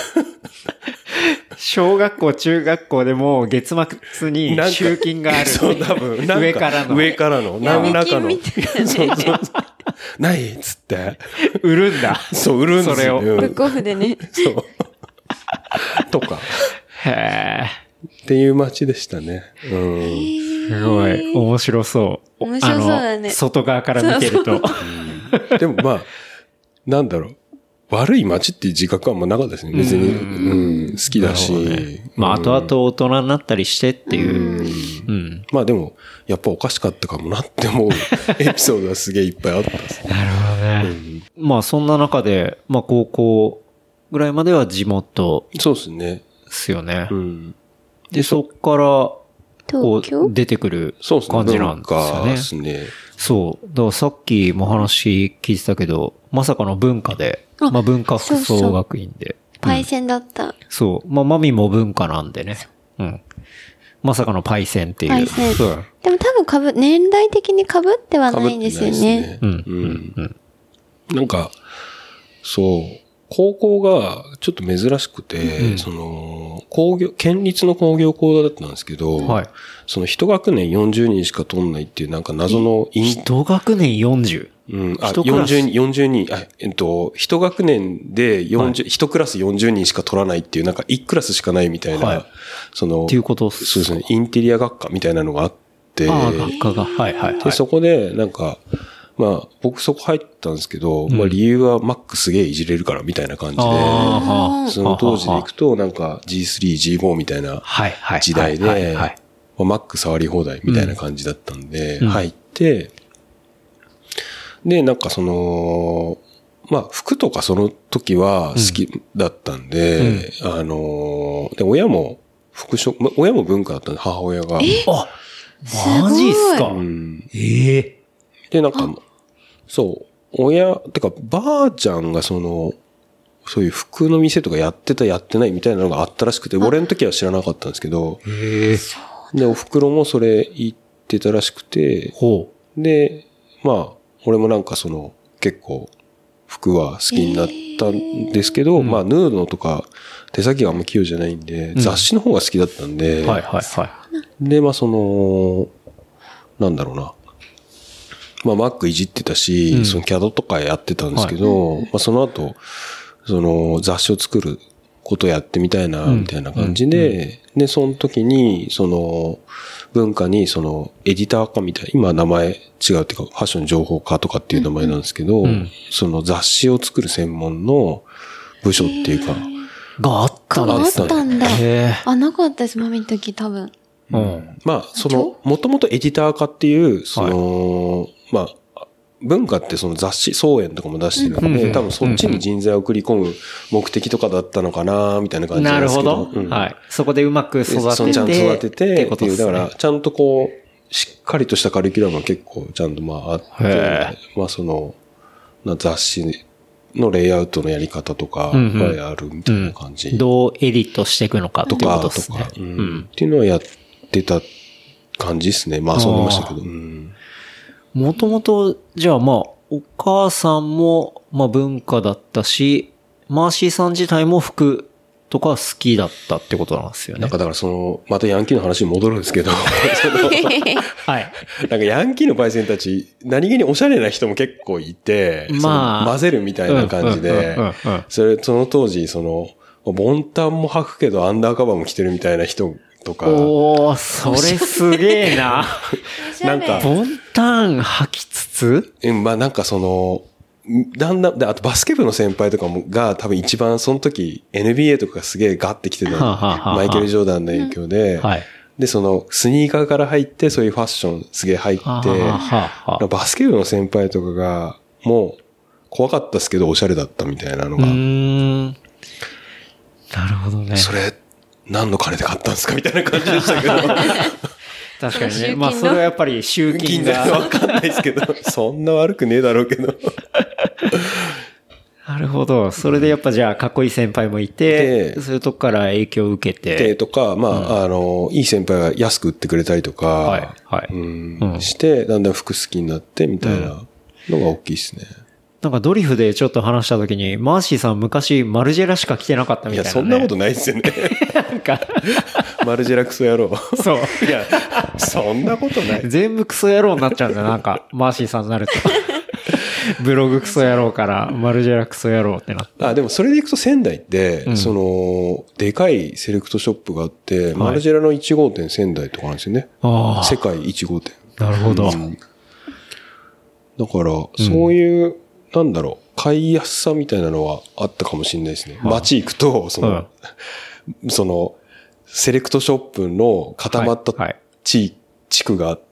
小学校、中学校でも月末に集金がある。 そう、多分。 上からの。 上からの。何らかの。そうそうそう。ないっつって。 売るんだ。 そう、売るんですよ。 それを。ブックオフでね。 そう。とか。 へー。 っていう街でしたね。うん。 すごい。面白そう。 面白そうだね。 外側から見てると。そうそううん、でもまあ、なんだろう。悪い街っていう自覚はあんまなかったですね。別に。うん、好きだし。ね、 まあ、後々大人になったりしてっていう。うんうん、まあでも、やっぱおかしかったかもなって思うエピソードはすげえいっぱいあったです、 ね。なるほどね。うん、まあそんな中で、まあ高校ぐらいまでは地元。 そうですね。 ですよね。 うん、 で、そっから、こう、出てくる感じなんですよね。そうですね。そう。だからさっきも話聞いてたけど、まさかの文化で、あまあ文化服装学院で。 パイセンだった。 そう。まあマミも文化なんでね。うん。まさかのパイセンっていう。パイセン。 でも多分かぶ、年代的に被ってはないんですよね。 うん。うん。うん。 なんか、そう、高校がちょっと珍しくて、うん、その、工業、県立の工業高校だったんですけど、はい、その一学年よんじゅうにんしか取んないっていうなんか謎のイン、 一学年よんじゅう? うん、あ、よんじゅうにん、よんじゅうにん、あ、えっと、一学年でよんじゅう、一、はい、クラスよんじゅうにんしか取らないっていう、なんかいちクラスしかないみたいな、はい、その、 っていうことそうですね、インテリア学科みたいなのがあって、 ああ、学科が、はいはいはい。 で、そこで、なんか、まあ、僕そこ入ったんですけど、うん、まあ理由は Mac すげえいじれるからみたいな感じで、その当時でいくとなんか ジースリー、ジーフォー みたいな時代で、Mac 触り放題みたいな感じだったんで、うん、入って、で、なんかその、まあ服とかその時は好きだったんで、うん、あの、で、親も服飾、親も文化だったんで、母親が。 えあ、マジっすか、うん、ええーで、なんか、そう、親、てか、ばあちゃんがその、そういう服の店とかやってたやってないみたいなのがあったらしくて、俺の時は知らなかったんですけど、 へで、お袋もそれ言ってたらしくて、 ほうで、まあ、俺もなんかその、結構、服は好きになったんですけど、まあ、ヌードとか、手先があんま器用じゃないんで、うん、雑誌の方が好きだったんで、 はいはいはい。 で、まあその、なんだろうな。まあ Mac いじってたし、うん、その キャド とかやってたんですけど、はい、まあその後、その雑誌を作ることやってみたいな、みたいな感じで、うんうんうん、で、その時に、その、文化にそのエディターかみたいな、今名前違うっていうか、ファッション情報科とかっていう名前なんですけど、うん、その雑誌を作る専門の部署っていうか、 があったんですね。 あったんだ。あ、なかったです、マミの時多分。 うん、まあ、その、もともとエディター化っていう、その、はい、まあ、文化ってその雑誌、総演とかも出してるんで、うん、多分そっちに人材を送り込む目的とかだったのかな、みたいな感じなんですけど。 なるほど、うん。はい。そこでうまく育てて。 ちゃんと育てて、っていう、だから、ちゃんとこう、しっかりとしたカリキュラムが結構ちゃんとまああって、まあその、雑誌のレイアウトのやり方とかがやるみたいな感じ。 うんうん、どうエディットしていくのかとか、とか、 とか、うんうん、っていうのはやってた感じですね。まあ遊んでましたけど。 もともと、じゃあまあ、お母さんも、まあ文化だったし、マーシーさん自体も服とか好きだったってことなんですよね。 なんかだからその、またヤンキーの話に戻るんですけど、はい。なんかヤンキーのパイセンたち、何気におしゃれな人も結構いて、まあ、混ぜるみたいな感じで、それ、その当時、その、ボンタンも履くけどアンダーカバーも着てるみたいな人とか。 おー、それすげえな。なんか、ボンタン履きつつうん、まあなんかその、だんだん、で、あとバスケ部の先輩とかもが多分一番その時 エヌビーエー とかがすげえガッて来てた、はあはあ、マイケル・ジョーダンの影響で、うんはい、で、そのスニーカーから入ってそういうファッションすげえ入って、はあはあ、バスケ部の先輩とかがもう怖かったですけどおしゃれだったみたいなのが。うーんなるほどね。 それ何の金で買ったんですかみたいな感じでしたけど。 確かにね。まあそれはやっぱり集金が。 わかんないですけど、そんな悪くねえだろうけど。 なるほど。それでやっぱじゃあかっこいい先輩もいて、そういうとこから影響を受けて。 で、とか、まあ、うん、あの、いい先輩が安く売ってくれたりとか、はい、はい。うん、うん、して、だんだん服好きになってみたいなのが大きいですね。 なんかドリフでちょっと話したときに、マーシーさん昔マルジェラしか着てなかったみたいな、ね。 いや、そんなことないですよね。なんか、マルジェラクソ野郎。 そう。 いや、そんなことない。 全部クソ野郎になっちゃうんだよ、なんか、マーシーさんになると。ブログクソ野郎からマルジェラクソ野郎ってなって。 あ、でもそれでいくと仙台って、うん、その、でかいセレクトショップがあって、はい、マルジェラのいち号店仙台とかなんですよね。あ世界いち号店。 なるほど。うん、 だから、そういう、うんなんだろう、買いやすさみたいなのはあったかもしれないですね。街行くと、その、うん、その、セレクトショップの固まった地、地区があって、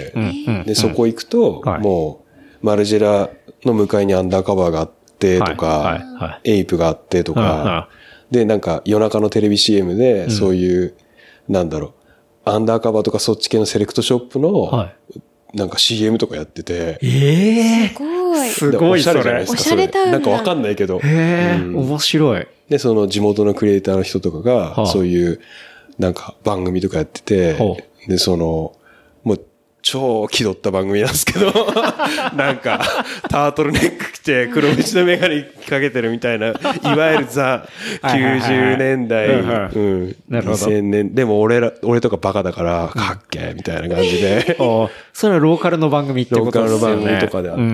で、そこ行くと、はい、もう、マルジェラの向かいにアンダーカバーがあってとか、はいはいはい、エイプがあってとか、で、なんか夜中のテレビ シーエム で、そういう、うん、なんだろう、アンダーカバーとかそっち系のセレクトショップの、はいなんか シーエム とかやってて。 ええー、 すごい。 すごいそれ。 おしゃれじゃないですか。 おしゃれタウン。 なんかわかんないけど。 へえ、うん、面白い。 で、その地元のクリエイターの人とかが、はあ、そういう、なんか番組とかやってて、はあ、で、その、もう、ち超気取った番組なんですけど、なんか、タートルネック着て黒縁のメガネかけてるみたいな、いわゆるザ、きゅうじゅうねんだい、うん、にせんねん、でも俺ら、俺とかバカだから、かっけーみたいな感じで。 それはローカルの番組ってことですよね。 ローカルの番組とかであって、うん、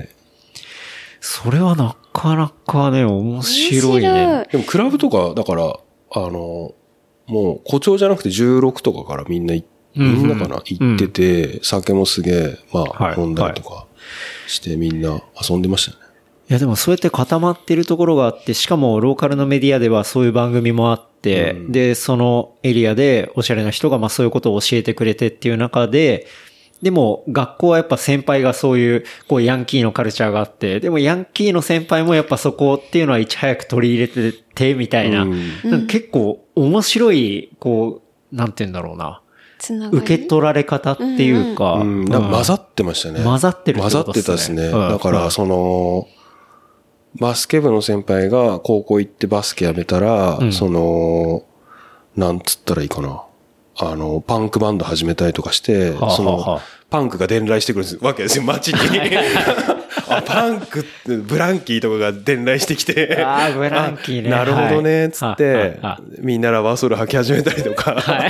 それはなかなかね、面白いね。 でもクラブとか、だから、あの、もう誇張じゃなくてじゅうろくとかからみんな行って、みんなかな、行ってて、酒もすげえ、まあ、飲んだりとかして、みんな遊んでましたね。 いや、でもそうやって固まってるところがあって、しかもローカルのメディアではそういう番組もあって、うん、で、そのエリアでおしゃれな人がまあそういうことを教えてくれてっていう中で、でも学校はやっぱ先輩がそういう、こうヤンキーのカルチャーがあって、でもヤンキーの先輩もやっぱそこっていうのはいち早く取り入れてて、みたいな、うん、なんか結構面白い、こう、なんて言うんだろうな。受け取られ方っていうか、 うんうん、なんか混ざってましたね。 混ざってるってことですね。 混ざってたですね。うん、だから、その、バスケ部の先輩が高校行ってバスケやめたら、うん、その、なんつったらいいかな。あの、パンクバンド始めたりとかして、はあはあ、その、パンクが伝来してくるわけですよ、街に。あ、パンクって、ブランキーとかが伝来してきて。 ああ、ブランキーね。 なるほどね、つって、はあはあ、みんなラバーソウル履き始めたりとか。はい、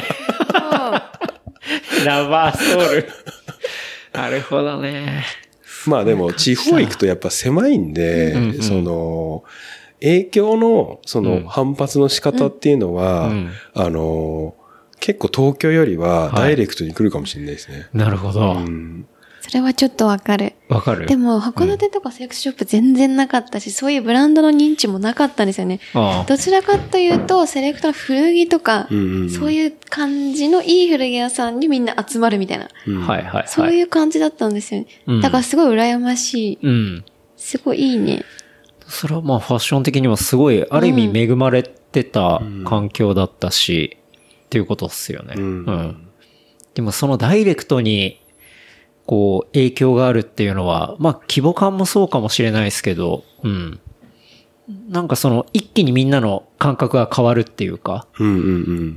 ラバーソウル。なるほどね。 まあでも、地方行くとやっぱ狭いんで、うんうん、その、影響の、その、反発の仕方っていうのは、うん、あの、結構東京よりはダイレクトに来るかもしれないですね。はい、 なるほど。うん、それはちょっとわかる。 わかる。 でも、函館とかセレクトショップ全然なかったし、うん、そういうブランドの認知もなかったんですよね。ああ、どちらかというと、セレクトの古着とか、うんうん、そういう感じのいい古着屋さんにみんな集まるみたいな。うん、はいはいはい。そういう感じだったんですよね。うん、だからすごい羨ましい。うん、すごいいいね。 それはまあファッション的にもすごい、ある意味恵まれてた環境だったし、うん、っていうことっすよね。うん。うん。でもそのダイレクトに、こう、影響があるっていうのは、まあ、規模感もそうかもしれないですけど、うん。なんかその、一気にみんなの感覚が変わるっていうか、うんうんうん。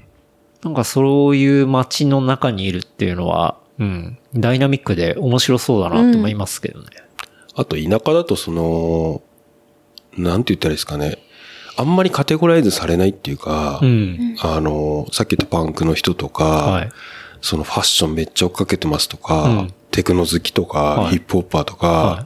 なんかそういう街の中にいるっていうのは、うん。ダイナミックで面白そうだなと思いますけどね。 うん、あと、田舎だとその、なんて言ったらいいですかね。あんまりカテゴライズされないっていうか、うん、あの、さっき言ったパンクの人とか、はい、そのファッションめっちゃ追っかけてますとか、うん、テクノ好きとか、はい、ヒップホッパーとか、はい、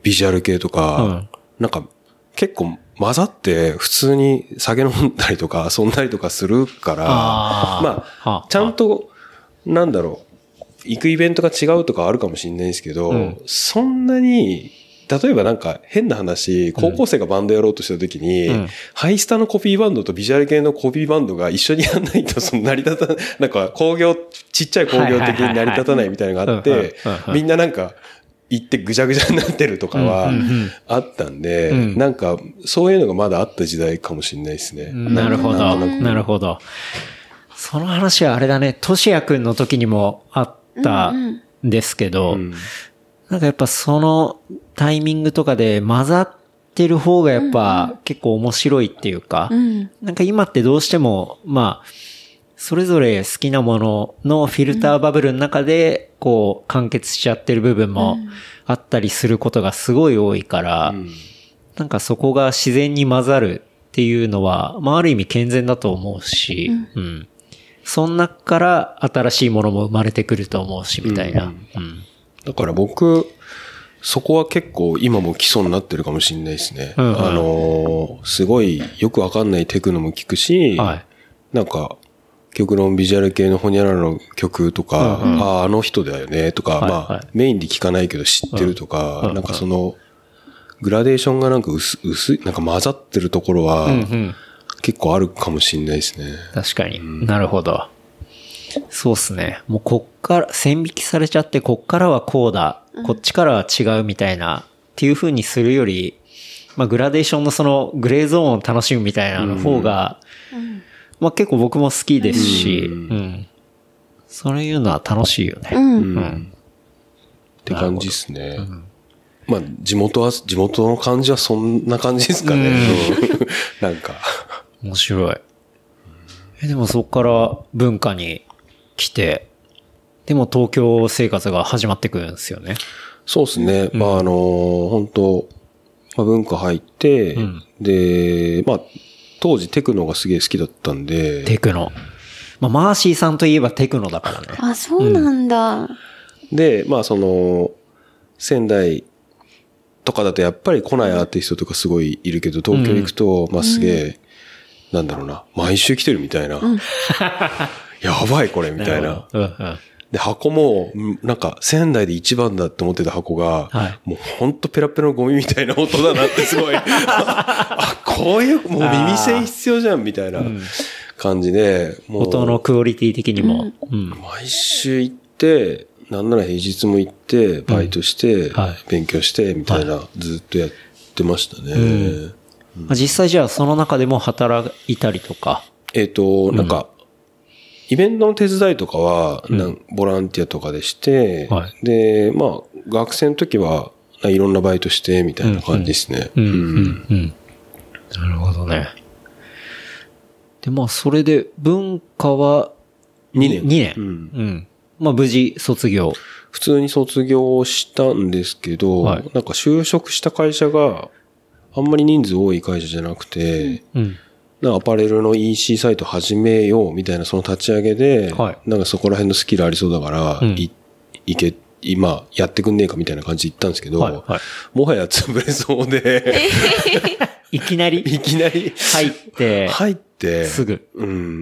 ビジュアル系とか、うん、なんか結構混ざって普通に酒飲んだりとか遊んだりとかするから、あまあ、はちゃんと、なんだろう、行くイベントが違うとかあるかもしれないですけど、うん、そんなに、例えばなんか変な話、高校生がバンドやろうとした時に、うん、ハイスタのコピーバンドとビジュアル系のコピーバンドが一緒にやんないと、その成り立た、なんか工業、ちっちゃい工業的に成り立たないみたいなのがあって、みんななんか行ってぐちゃぐちゃになってるとかはあったんで、うんうん、なんかそういうのがまだあった時代かもしれないですね。 なるほど。なるほど。その話はあれだね、トシヤくんの時にもあったんですけど、うんうん、なんかやっぱそのタイミングとかで混ざってる方がやっぱ結構面白いっていうか、うんうん、なんか今ってどうしても、まあ、それぞれ好きなもののフィルターバブルの中でこう完結しちゃってる部分もあったりすることがすごい多いから、うん、なんかそこが自然に混ざるっていうのは、まあある意味健全だと思うし、うん、うん、その中から新しいものも生まれてくると思うしみたいな。うんうん、 だから僕、そこは結構今も基礎になってるかもしれないですね。うんうん、あのー、すごいよくわかんないテクノも聞くし、はい、なんか、極論ビジュアル系のホニャララの曲とか、うんうん、ああ、あの人だよねとか、はいはい、まあ、メインで聞かないけど知ってるとか、うんうん、なんかその、グラデーションがなんか薄、薄い、なんか混ざってるところは、うんうん、結構あるかもしれないですね。 確かに。うん、なるほど。そうっすね。もうこっから、線引きされちゃって、こっからはこうだ、こっちからは違うみたいな、っていう風にするより、まあグラデーションのそのグレーゾーンを楽しむみたいなの方が、うん、まあ結構僕も好きですし、うん。うん、そういうのは楽しいよね。うん。うん、 って感じですね。うん、まあ地元は、地元の感じはそんな感じですかね。うん、なんか。 面白い。え、でもそっから文化に来て、っでも東京生活が始まってくるんですよね。 そうですね。うん、まああの、本当まあ、文化入って、うん、で、まあ、当時テクノがすげえ好きだったんで。 テクノ。まあ、マーシーさんといえばテクノだからね。 あ、そうなんだ。うん、 で、まあその、仙台とかだとやっぱり来ないアーティストとかすごいいるけど、東京行くと、まあすげえ、うん、なんだろうな、毎週来てるみたいな。うん、やばいこれみたいな。うんうん、で、箱も、なんか仙台で一番だって思ってた箱が、はい、もうほんとペラペラのゴミみたいな音だなってすごい。あ、こういう、もう耳栓必要じゃんみたいな感じで。 もう音のクオリティ的にも。 うん、毎週行って、なんなら平日も行って、バイトして、うんはい、勉強して、みたいな、ずっとやってましたね。うんうん、実際じゃあその中でも働いたりとか。 えっと、なんか、イベントの手伝いとかは、うん、ボランティアとかでして、はい、で、まあ、学生の時はいろんなバイトして、みたいな感じですね。 うんうんうんうん、なるほどね。で、まあ、それで文化はにねん。 にねん。うん。うんまあ無事卒業。 普通に卒業したんですけど、はい、なんか就職した会社があんまり人数多い会社じゃなくて、うん、なんかアパレルの イーシー サイト始めようみたいなその立ち上げで、はい、なんかそこら辺のスキルありそうだから、うん、い、いけ、今やってくんねえかみたいな感じで言ったんですけど、はいはい、もはや潰れそうで、 いきなりいきなり入って、 入って、 すぐ。 うん。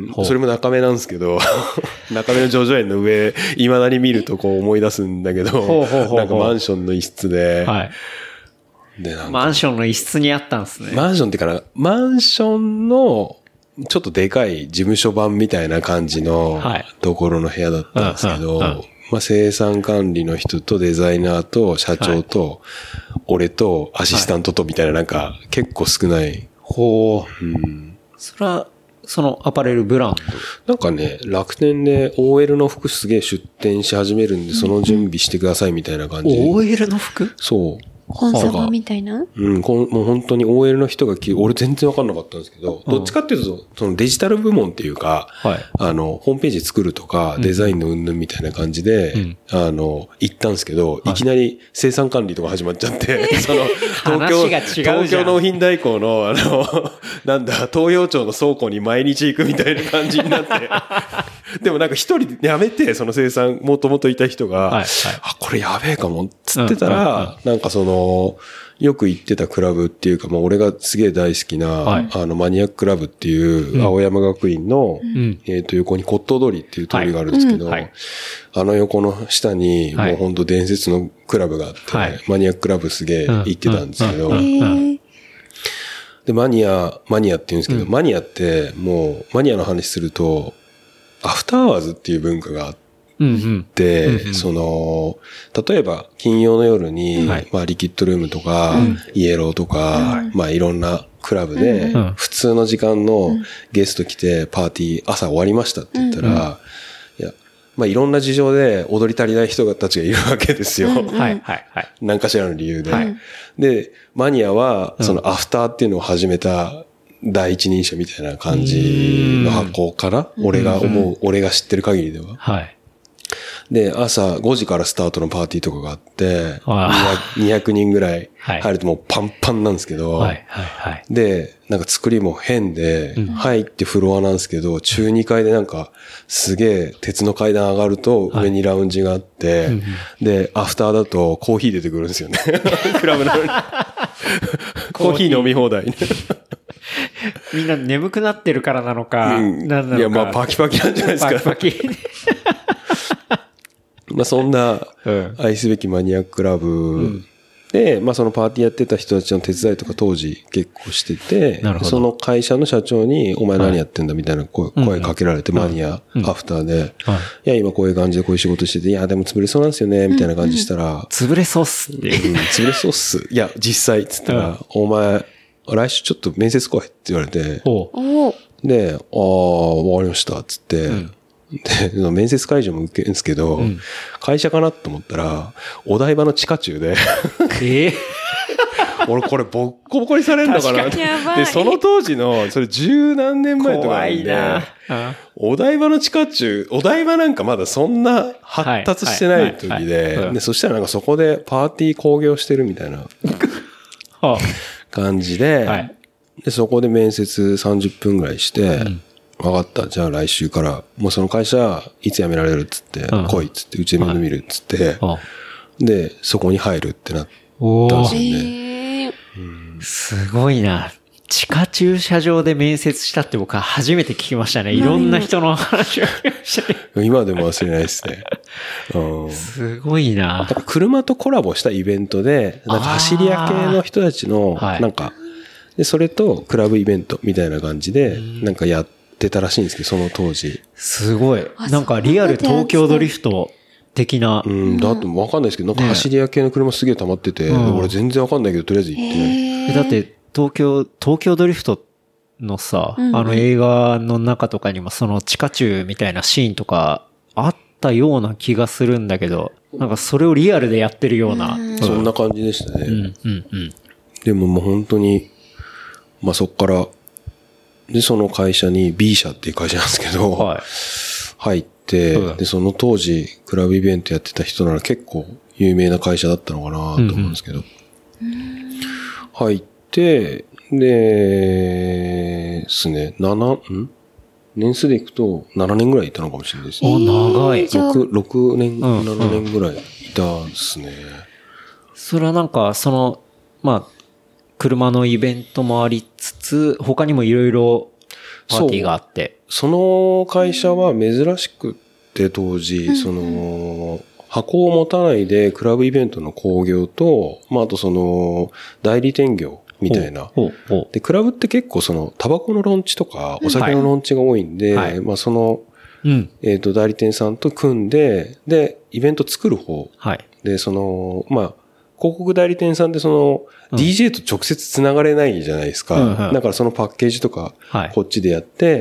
それも中目なんですけど、中目の上場園の上、未だに見るとこう思い出すんだけど、ほうほうほうほうなんかマンションの一室で、はい。 でなんかマンションの一室にあったんですね。 マンションってかな、マンションの、ちょっとでかい事務所版みたいな感じの、ところの部屋だったんですけど、はいうんうんうんまあ、生産管理の人とデザイナーと社長と、俺とアシスタントとみたいななんか結構少ない。 ほう。うん。それは、そのアパレルブランドなんかね、楽天で オーエル の服すげえ出店し始めるんで、その準備してくださいみたいな感じで。 オーエル の服そう。 コンサバみたいなうん、こんもう本当に オーエル の人がき、俺全然わかんなかったんですけど、どっちかっていうと、そのデジタル部門っていうか、はい、あの、ホームページ作るとか、デザインの云々みたいな感じで、うん、あの、行ったんですけど、いきなり生産管理とか始まっちゃって、その、東京、東京納品代行の、あの、なんだ、東洋町の倉庫に毎日行くみたいな感じになって、でもなんか一人辞めて、その生産、もともといた人が、はいはい、あ、これやべえかも、つってたら、うんうんうん、なんかその、よく行ってたクラブっていうか、まあ、俺がすげえ大好きな、はい、あの、マニアッククラブっていう、青山学院の、うん、えっと、横に骨董通りっていう通りがあるんですけど、はいうんはい、あの横の下に、もうほんと伝説のクラブがあって、はい、マニアッククラブすげえ行ってたんですけど、で、マニア、マニアって言うんですけど、うん、マニアって、もう、マニアの話すると、アフターアワーズっていう文化があって、うんうん、で、うんうん、その、例えば金曜の夜に、はい、まあリキッドルームとか、うん、イエローとか、うん、まあいろんなクラブで、うん、普通の時間のゲスト来てパーティー朝終わりましたって言ったら、うんうん、いや、まあいろんな事情で踊り足りない人たちがいるわけですよ。 はいはいはい。 何かしらの理由で。はい、で、マニアはそのアフターっていうのを始めた第一人者みたいな感じの箱から、俺が思う、俺が知ってる限りでは。はい。で、朝ごじからスタートのパーティーとかがあって、にひゃくにんぐらい入るともうパンパンなんですけど、はいはいはい、で、なんか作りも変で、うん、入ってフロアなんですけど、中にかいでなんかすげえ鉄の階段上がると上にラウンジがあって、はい、で、アフターだとコーヒー出てくるんですよね。クラブなのに。コーヒー飲み放題。 みんな眠くなってるからなのか、うん、なんなのか。 いや、まあパキパキなんじゃないですか。パキパキ。まあそんな愛すべきマニアッククラブで、まあそのパーティーやってた人たちの手伝いとか当時結構してて、その会社の社長にお前何やってんだみたいな声かけられて、マニアアフターで、いや今こういう感じでこういう仕事してて、いやでも潰れそうなんですよね、みたいな感じしたら、 潰れそうっすって。 潰れそうっす。いや実際っつったら、お前来週ちょっと面接来いって言われて、で、ああ、わかりましたっつって、で、面接会場も受けるんですけど、うん、会社かなと思ったら、お台場の地下中で、えー、 俺これボッコボコにされるのかなって。で、その当時の、それ十何年前とかなんで、怖いな。お台場の地下駐、お台場なんかまだそんな発達してない時で、で、そしたらなんかそこでパーティー興行してるみたいな感じで、はい、で、そこで面接さんじゅっぷんぐらいして、うん分かった。じゃあ来週から、もうその会社、いつ辞められるっつって、うん、来いっつって、うちで面倒見るっつって、はい、で、そこに入るってなったんですよね。 うん、すごいな。地下駐車場で面接したって僕は初めて聞きましたね。いろんな人の話を聞きましたね。 今でも忘れないですね。 うん、すごいな。 車とコラボしたイベントで、なんか走り屋系の人たちの、なんか、で、それとクラブイベントみたいな感じで、なんかやって、出たらしいんですけど、その当時。 すごい。なんかリアル東京ドリフト的な。 うん、だってわかんないですけど、なんか走り屋系の車すげえ溜まってて、ね、俺全然わかんないけど、とりあえず行って。 だって東京、東京ドリフトのさ、うん、あの映画の中とかにもその地下駐みたいなシーンとかあったような気がするんだけど、なんかそれをリアルでやってるような。うん、 そんな感じでしたね。うん、 うん、うん。 でももう本当に、まあそっから、で、その会社に B 社っていう会社なんですけど、はい、入って、うん、で、その当時、クラブイベントやってた人なら結構有名な会社だったのかなと思うんですけど、うんうん、入って、で、ですね、なな、ん年数でいくとななねんぐらいいたのかもしれないですね。 あ、長い。 ろく、ろくねん、ななねんぐらいいたんですね。 それはなんか、その、まあ、車のイベントもありつつ、他にもいろいろパーティーがあって。 その会社は珍しくって当時、うん、その、箱を持たないでクラブイベントの興行と、まああとその、代理店業みたいな。ほうほうで、クラブって結構その、タバコのロンチとか、お酒のロンチが多いんで、はい、まあその、うん、えっと、代理店さんと組んで、で、イベント作る方。はい、で、その、まあ、広告代理店さんってその、うん、ディージェー と直接つながれないじゃないですか。うんうん、だからそのパッケージとか、こっちでやって、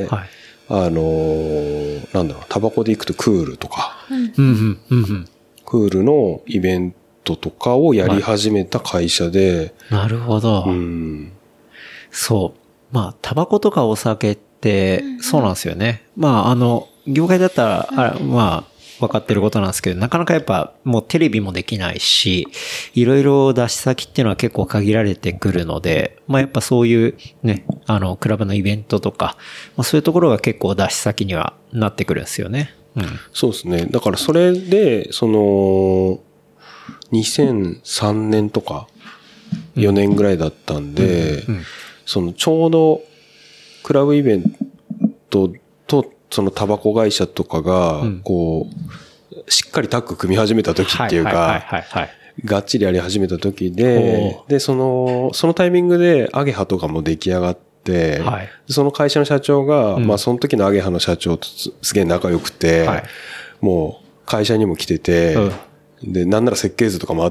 はい、あのー、なんだろう、タバコで行くとクールとか、うんうんうん、クールのイベントとかをやり始めた会社で。 はい、なるほど、うん。そう。まあ、タバコとかお酒って、そうなんですよね。まあ、あの、業界だったら、あまあ、分かってることなんですけど、なかなかやっぱもうテレビもできないし、いろいろ出し先っていうのは結構限られてくるので、まあやっぱそういうね、あの、クラブのイベントとか、まあそういうところが結構出し先にはなってくるんですよね。うん。 そうですね。だからそれで、その、にせんさんねんとかよねんぐらいだったんで、うんうんうん、そのちょうどクラブイベントとそのタバコ会社とかが、こう、しっかりタッグ組み始めた時っていうか、がっちりやり始めた時で、で、その、そのタイミングでアゲハとかも出来上がって、はい、その会社の社長が、うん、まあその時のアゲハの社長とすげえ仲良くて、はい、もう会社にも来てて、うん、で、なんなら設計図とかもあって、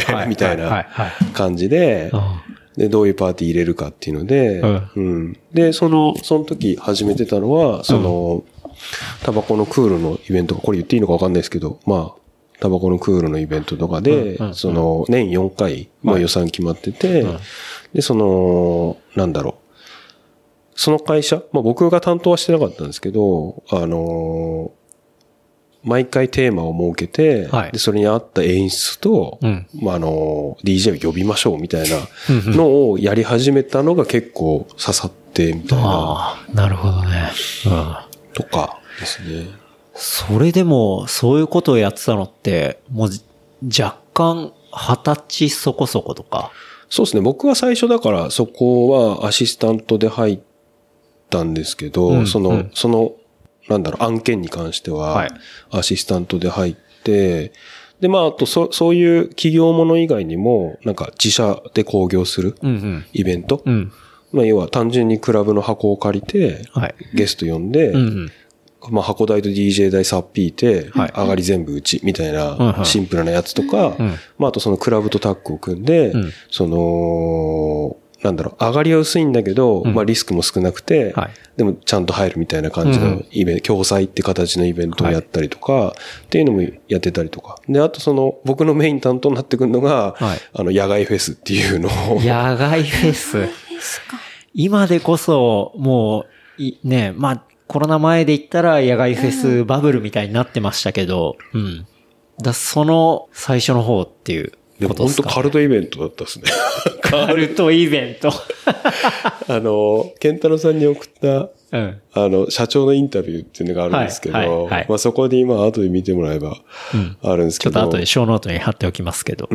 はい、みたいな感じで、はい、で、どういうパーティー入れるかっていうので、うん。うん、で、その、その時始めてたのは、その、うん、タバコのクールのイベント、これ言っていいのかわかんないですけど、まあ、タバコのクールのイベントとかで、うんうん、その、年よんかいの予算決まってて、うん、で、その、なんだろう。その会社、まあ僕が担当はしてなかったんですけど、あのー、毎回テーマを設けて、はい、で、それに合った演出と、うん、まあ、あの、ディージェー を呼びましょうみたいなのをやり始めたのが結構刺さってみたいな。 ああ、なるほどね。 うん。とかですね。 それでも、そういうことをやってたのって、もう若干二十歳そこそことか。 そうですね。僕は最初だからそこはアシスタントで入ったんですけど、うん、その、うん、その、なんだろう、案件に関しては、アシスタントで入って、はい、で、まあ、あと、そ、そういう企業もの以外にも、なんか自社で興行するイベント。うんうん、まあ、要は単純にクラブの箱を借りて、はい、ゲスト呼んで、うんうん、まあ、箱代と ディージェー 代さっぴいて、はい、上がり全部うち、みたいな、シンプルなやつとか、うん、まあ、あとそのクラブとタッグを組んで、うん、その、 なんだろう、上がりは薄いんだけど、うん、まあリスクも少なくて、はい、でもちゃんと入るみたいな感じのイベント、うん、共催って形のイベントをやったりとか、はい、っていうのもやってたりとか。で、あとその、僕のメイン担当になってくるのが、はい、あの、野外フェスっていうのを。 野外フェス。今でこそ、もう、ね、まあ、コロナ前で言ったら野外フェスバブルみたいになってましたけど、うん。うん、だその最初の方っていうことですかね。 でも本当カルトイベントだったですね。 カルトイベント。 あの、ケンタロウさんに送った、うん、あの、社長のインタビューっていうのがあるんですけど、はいはいはい、まあそこで今後で見てもらえばあるんですけど、 うん、ちょっと後でショーノートに貼っておきますけど。 うん。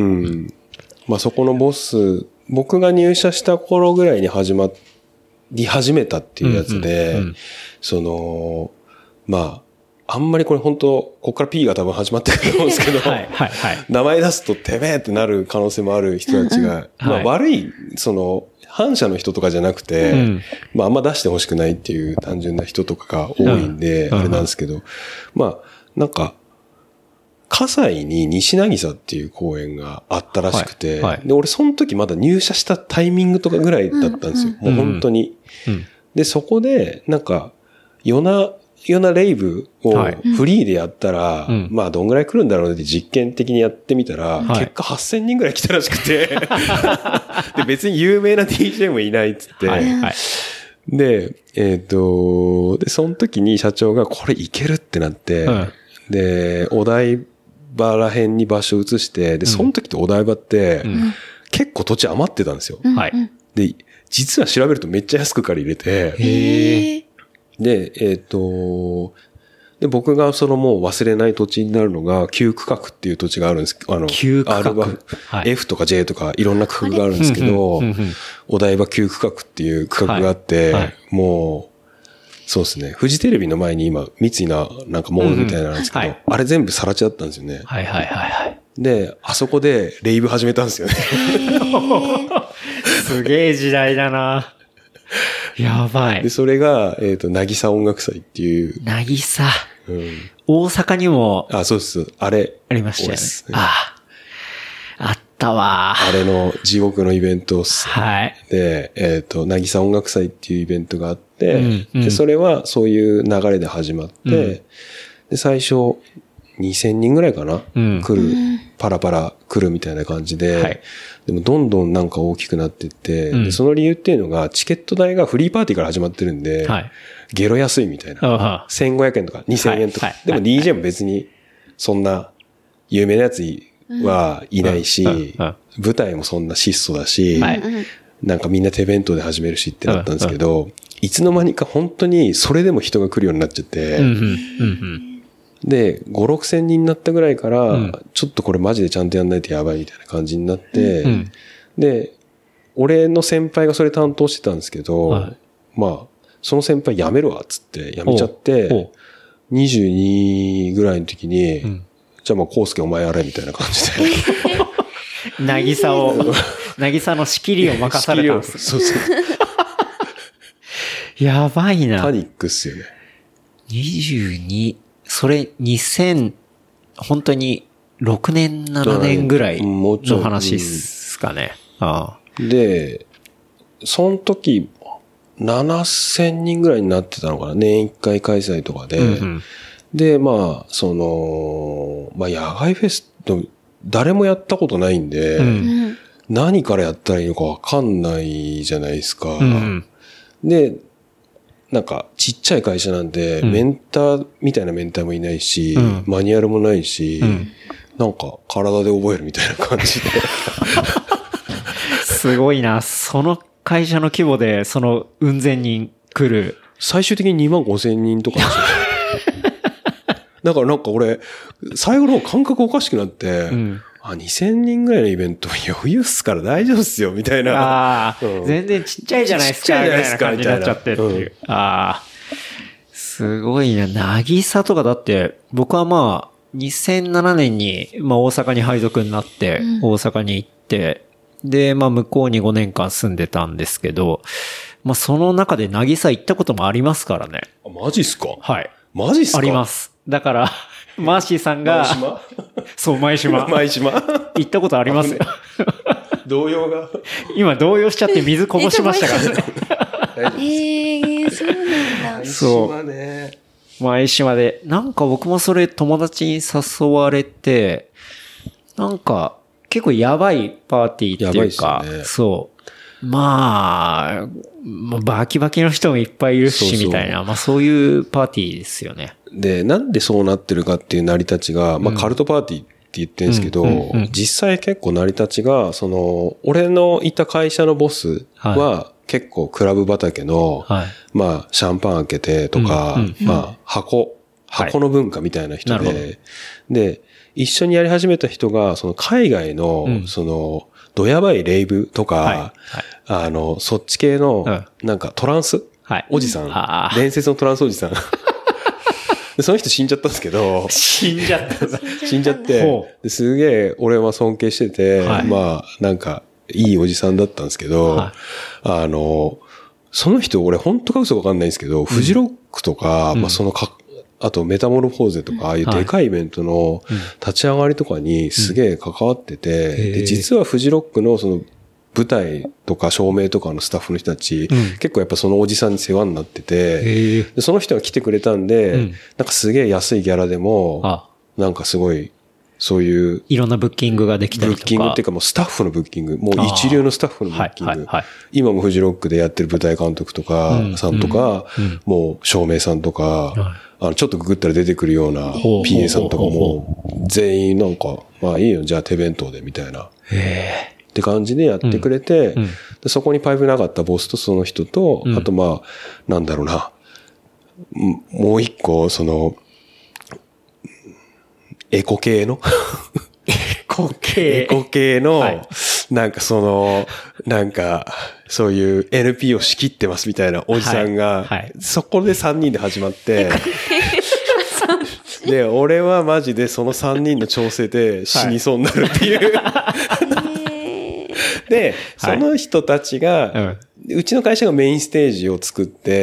まあそこのボス、僕が入社した頃ぐらいに始まり始めたっていうやつで、うんうんうん、その、まあ、あんまりこれ本当、ここから P が多分始まってると思うんですけど、はいはいはい、名前出すとてめえってなる可能性もある人たちが、うんうん、まあ悪い、その、反社の人とかじゃなくて、うん、まああんま出してほしくないっていう単純な人とかが多いんで、うん、あれなんですけど、うん、まあ、なんか、葛西に西渚っていう公園があったらしくて、はいはい、で、俺その時まだ入社したタイミングとかぐらいだったんですよ。うんうん、もう本当に、うん。で、そこで、なんか、夜な、夜なレイブをフリーでやったら、はい、まあどんぐらい来るんだろうねって実験的にやってみたら、はい、結果はっせんにんぐらい来たらしくて、で、別に有名な ディージェー もいないっつって、はいはい、で、えっと、で、その時に社長がこれいけるってなって、うん、で、お台場ら辺に場所移して、で、その時ってお台場って、うん、結構土地余ってたんですよ。はい。で、実は調べるとめっちゃ安く借り入れて、へー。で、えっと、で、僕がそのもう忘れない土地になるのが、旧区画っていう土地があるんです。あの、 旧区画。 R は、はい、F とか J とかいろんな区画があるんですけど、お台場旧区画っていう区画があって、はいはい、もう、そうですね。フジテレビの前に今、三井な、なんかモールみたいなのなんですけど、うんうんはい、あれ全部更地だったんですよね。 はいはいはいはい。 で、あそこでレイブ始めたんですよね。 すげえ時代だな。やばい。 で、それが、えっと、なぎさ音楽祭っていう。 なぎさ。うん。大阪にも。 あ、そうです。あれ。 ありましたよね。ああ。あったわ。 あれの地獄のイベントっす。 はい。 で、えっと、なぎさ音楽祭っていうイベントがあって、うんうん、で、それはそういう流れで始まって、うん、で、最初、にせんにんぐらいかな、うん、来る、パラパラ来るみたいな感じで、はい、でもどんどんなんか大きくなっていって、うん、でその理由っていうのがチケット代がフリーパーティーから始まってるんで、はい、ゲロ安いみたいな。せんごひゃくえんとかにせんえんとか。はいはい、でも ディージェー も別にそんな有名なやつはいないし、うん、舞台もそんな質素だし、はい、なんかみんな手弁当で始めるしってなったんですけど、うん、いつの間にか本当にそれでも人が来るようになっちゃって、うんうんうんで、ご、ろくせんにんになったぐらいから、うん、ちょっとこれマジでちゃんとやんないとやばいみたいな感じになって、うん、で、俺の先輩がそれ担当してたんですけど、はい、まあ、その先輩辞めるわっつって辞めちゃって、にじゅうにぐらいの時に、うん、じゃあまあ、コウスケお前やれみたいな感じで。なぎさを、なぎさの仕切りを任されたんです。そうそう。やばいな。 パニックっすよね。 にじゅうにそれにせん、本当にろくねん、ななねんぐらいの話っすかね。ああで、その時、ななせんにんぐらいになってたのかな。年一回開催とかで。うんうん、で、まあ、その、まあ、野外フェスって誰もやったことないんで、うん、何からやったらいいのかわかんないじゃないですか。うんうん、で、なんか、ちっちゃい会社なんで、うん、メンターみたいなメンターもいないし、うん、マニュアルもないし、うん、なんか、体で覚えるみたいな感じで。 すごいな。その会社の規模で、その、うん千人来る。 最終的ににまんごせんにんとかですよ。だからなんか俺、最後の感覚おかしくなって、うんあ、にせんにんぐらいのイベント余裕っすから大丈夫っすよ、みたいな。 ああ、うん、全然ちっちゃいじゃないですか、みたいな感じになっちゃってっていう。うん、ああ、すごいな。なぎさとかだって、僕はまあ、にせんななねんに、まあ大阪に配属になって、大阪に行って、うん、で、まあ向こうにごねんかん住んでたんですけど、まあその中でなぎさ行ったこともありますからね。 あ、マジっすか？ はい。 マジっすか？ あります。だから、マーシーさんが、 前島そう、前島。 前島行ったことありますよ。 動揺が。 今動揺しちゃって水こぼしましたからね。えー、そうなんだ。 そう。ね。前島で。なんか僕もそれ友達に誘われて、なんか結構やばいパーティーっていうか、ね、そう。まあ、バキバキの人もいっぱいいるし、そうそうみたいな。まあそういうパーティーですよね。 で、なんでそうなってるかっていう成り立ちが、まあカルトパーティーって言ってるんですけど、うんうんうんうん、実際結構成り立ちが、その、俺のいた会社のボスは、はい結構クラブ畑の、はい、まあ、シャンパン開けてとか、うんうんうん、まあ、箱、箱の文化みたいな人で、はい、で、一緒にやり始めた人が、その海外の、うん、その、どやばいレイブとか、はいはい、あの、そっち系の、なんかトランス、はい、おじさん、伝説のトランスおじさん。でその人死んじゃったんですけど。 死んじゃった。 死んじゃって、ですげえ俺は尊敬してて、はい、まあ、なんか、いいおじさんだったんですけど、はい、あの、その人俺本当か嘘かわかんないんですけど、うん、フジロックとか、うん、まあそのか、あとメタモルフォーゼとか、ああいうでかいイベントの立ち上がりとかにすげえ関わってて、うん、で、実はフジロックのその舞台とか照明とかのスタッフの人たち、うん、結構やっぱそのおじさんに世話になってて、でその人が来てくれたんで、うん、なんかすげえ安いギャラでも、なんかすごい、そういう。 いろんなブッキングができたりとか。 ブッキングっていうかもうスタッフのブッキング。もう一流のスタッフのブッキング。はいはいはい、今もフジロックでやってる舞台監督とか、さんとか、うんうん、もう照明さんとか、はい、あの、ちょっとググったら出てくるような ピーエー さんとかも、全員なんか、まあいいよ、じゃあ手弁当でみたいな。へーって感じでやってくれて、うんうん、でそこにパイプなかったボスとその人と、うん、あとまあ、なんだろうな、もう一個、その、エコ系のエコ系エコ系の、はい、なんかその、なんか、そういう エヌピー を仕切ってますみたいなおじさんが、はいはい、そこでさんにんで始まって、で、俺はマジでそのさんにんの調整で死にそうになるっていう、はい、で、その人たちが、はい、うちの会社がメインステージを作って、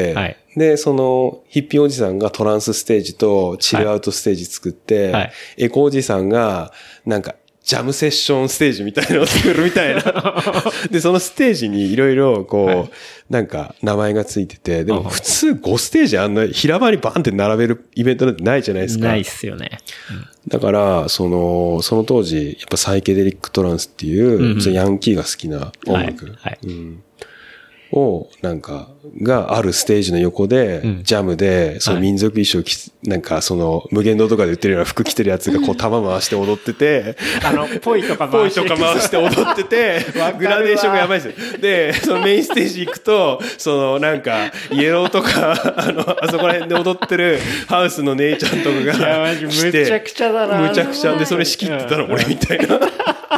はいで、その、ヒッピーおじさんがトランスステージとチルアウトステージ作って、はい、エコおじさんが、なんか、ジャムセッションステージみたいなのを作るみたいな。で、そのステージにいろいろ、こう、はい、なんか、名前がついてて、でも普通ごステージあんな平場にバンって並べるイベントなんてないじゃないですか。 ないっすよね。 うん、だから、その、その当時、やっぱサイケデリックトランスっていう、うんうん、ヤンキーが好きな音楽。はいはいうんを、なんか、があるステージの横で、うん、ジャムで、その民族衣装着、はい、なんかその、無限堂とかで売ってるような服着てるやつがこう玉回して踊ってて、 あの、ポイとか回して。ポイとか回して踊ってて、グラデーションがやばいですよ。で、そのメインステージ行くと、そのなんか、イエローとか、あの、あそこら辺で踊ってるハウスの姉ちゃんとかが来て、いや、マジむちゃくちゃだな。 むちゃくちゃで、それ仕切ってたの、俺みたいな。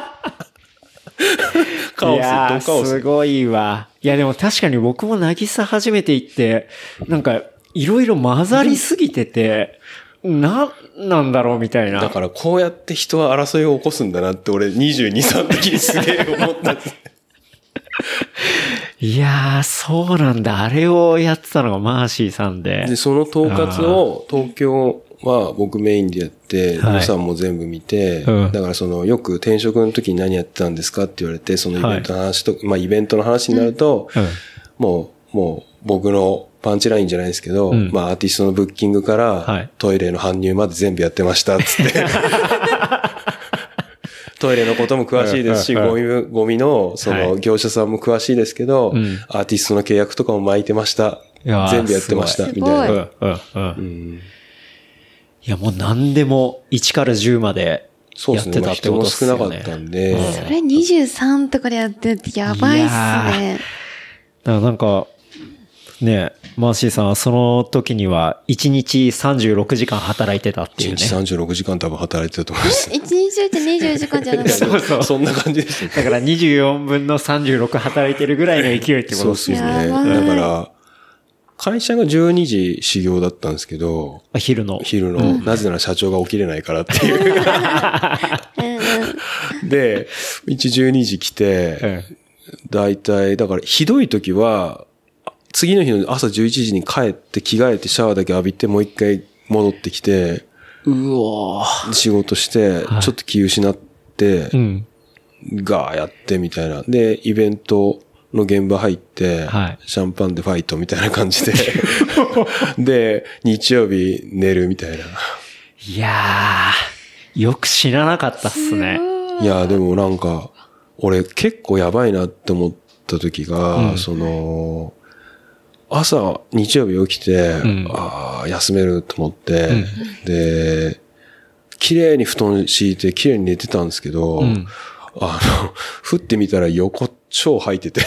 カオス、ドカオス。 すごいわ。いやでも確かに僕もなぎさ初めて行って、なんかいろいろ混ざりすぎてて、な、なんだろうみたいな。 だからこうやって人は争いを起こすんだなって俺にじゅうに、さんの時にすげえ思ったんです。 いやー、そうなんだ。あれをやってたのがマーシーさんで。 で、その統括を東京は僕メインでやって、予算も全部見て、うん、だからそのよく転職の時に何やってたんですかって言われて、そのイベントの話と、はい、まあイベントの話になると、うん、もう、もう僕のパンチラインじゃないですけど、うん、まあアーティストのブッキングから、はい、トイレの搬入まで全部やってましたっつって。トイレのことも詳しいですし、ゴミ、ゴミの、その、業者さんも詳しいですけど、はい、アーティストの契約とかも巻いてました。全部やってました、みたいな。 うんいや、もう何でもいちからじゅうまでやってたってことですよね。 そうですね。人も少なかったんで。うん、 それにじゅうさんとかでやってるってやばいっすね。 だからなんか、ね、マーシーさんはその時にはいちにちさんじゅうろくじかん働いてたっていうね。 いちにちさんじゅうろくじかん多分働いてたと思います。 いちにちってにじゅうじかんじゃなくて。 そうそう。そんな感じですよ。 だからにじゅうよんぶんのさんじゅうろく働いてるぐらいの勢いってことですよね。 そうですね。だから、会社がじゅうにじ始業だったんですけど。 あ、昼の。 昼の、うん。なぜなら社長が起きれないからっていう。で、いちじゅうにじ来て、だいたい、だからひどい時は、次の日の朝じゅういちじに帰って着替えてシャワーだけ浴びてもう一回戻ってきて、 うわ仕事して、ちょっと気失って、はいうん、 ガーやってみたいな。で、イベントの現場入って、はい、シャンパンでファイトみたいな感じで。で、日曜日寝るみたいな。 いやー、よく知らなかったっすね。 いやー、でもなんか、俺結構やばいなって思った時が、うん、その、朝、日曜日起きて、うん、ああ、休めると思って、うん、で、綺麗に布団敷いて綺麗に寝てたんですけど、うん、あの、降ってみたら横超吐いてて。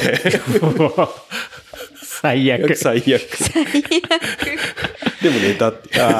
最悪。 最悪。最悪。でも寝たっていう。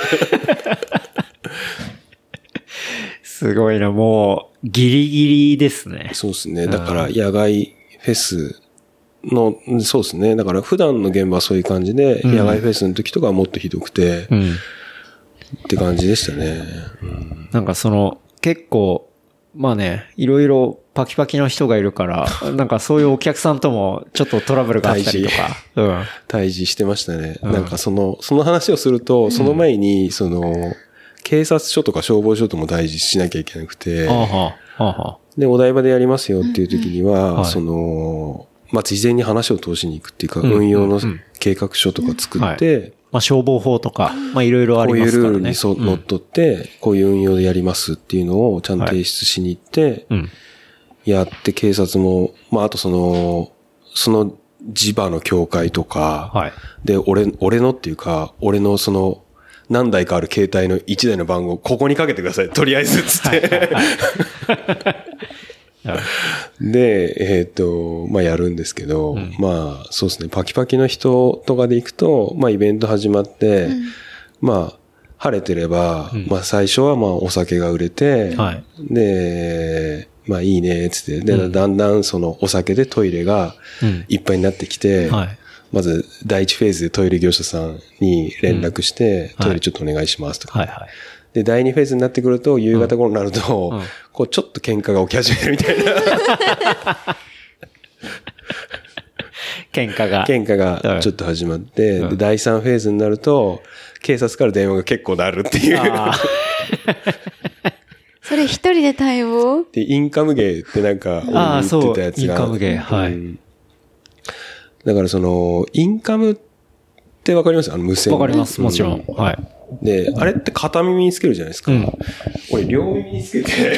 すごいな、もう、ギリギリですね。 そうですね。だから、野外フェスの、そうですね。だから、普段の現場はそういう感じで、うん、野外フェスの時とかはもっとひどくて、うん、って感じでしたね。 うん、なんかその、結構、まあね、いろいろパキパキの人がいるから、なんかそういうお客さんともちょっとトラブルがあったりとか。 うん。対峙してましたね。うん、なんかその、その話をすると、その前に、その、警察署とか消防署とも対峙しなきゃいけなくて、あはあはあ、で、お台場でやりますよっていう時には、はい、その、まあ、事前に話を通しに行くっていうか、うん、運用の計画書とか作って、うんはい、 まあ、消防法とか、まあ、いろいろありますからね。こういうルールにそ、 うん、乗っ取って、こういう運用でやりますっていうのをちゃんと提出しに行って、はい、やって警察も、まあ、あとその、その地場の協会とか、はい、で、俺、俺のっていうか、俺のその、何台かある携帯のいちだいの番号、ここにかけてください。とりあえず、つって。で、えっと、まあ、やるんですけど、うん、まあ、そうですね、パキパキの人とかで行くと、まあ、イベント始まって、うん、まあ、晴れてれば、うん、まあ、最初はまあ、お酒が売れて、はい、で、まあ、いいね、つって、で、うん、だんだんそのお酒でトイレがいっぱいになってきて、うんはい、まず、第一フェーズでトイレ業者さんに連絡して、うん、トイレちょっとお願いしますとか。はいはいはい、で、第二フェーズになってくると、夕方頃になると、うんうん、こう、ちょっと喧嘩が起き始めるみたいな。 喧嘩が。 喧嘩がちょっと始まって、うん、で、第三フェーズになると、警察から電話が結構なるっていう。 それ一人で対応？ で、インカム芸ってなんか、 ああ、そう、インカム芸、はい。うんだからその、インカムってわかります？あの無線。 わかります、もちろん。はい。 で、あれって片耳につけるじゃないですか。うん、俺、両耳につけて、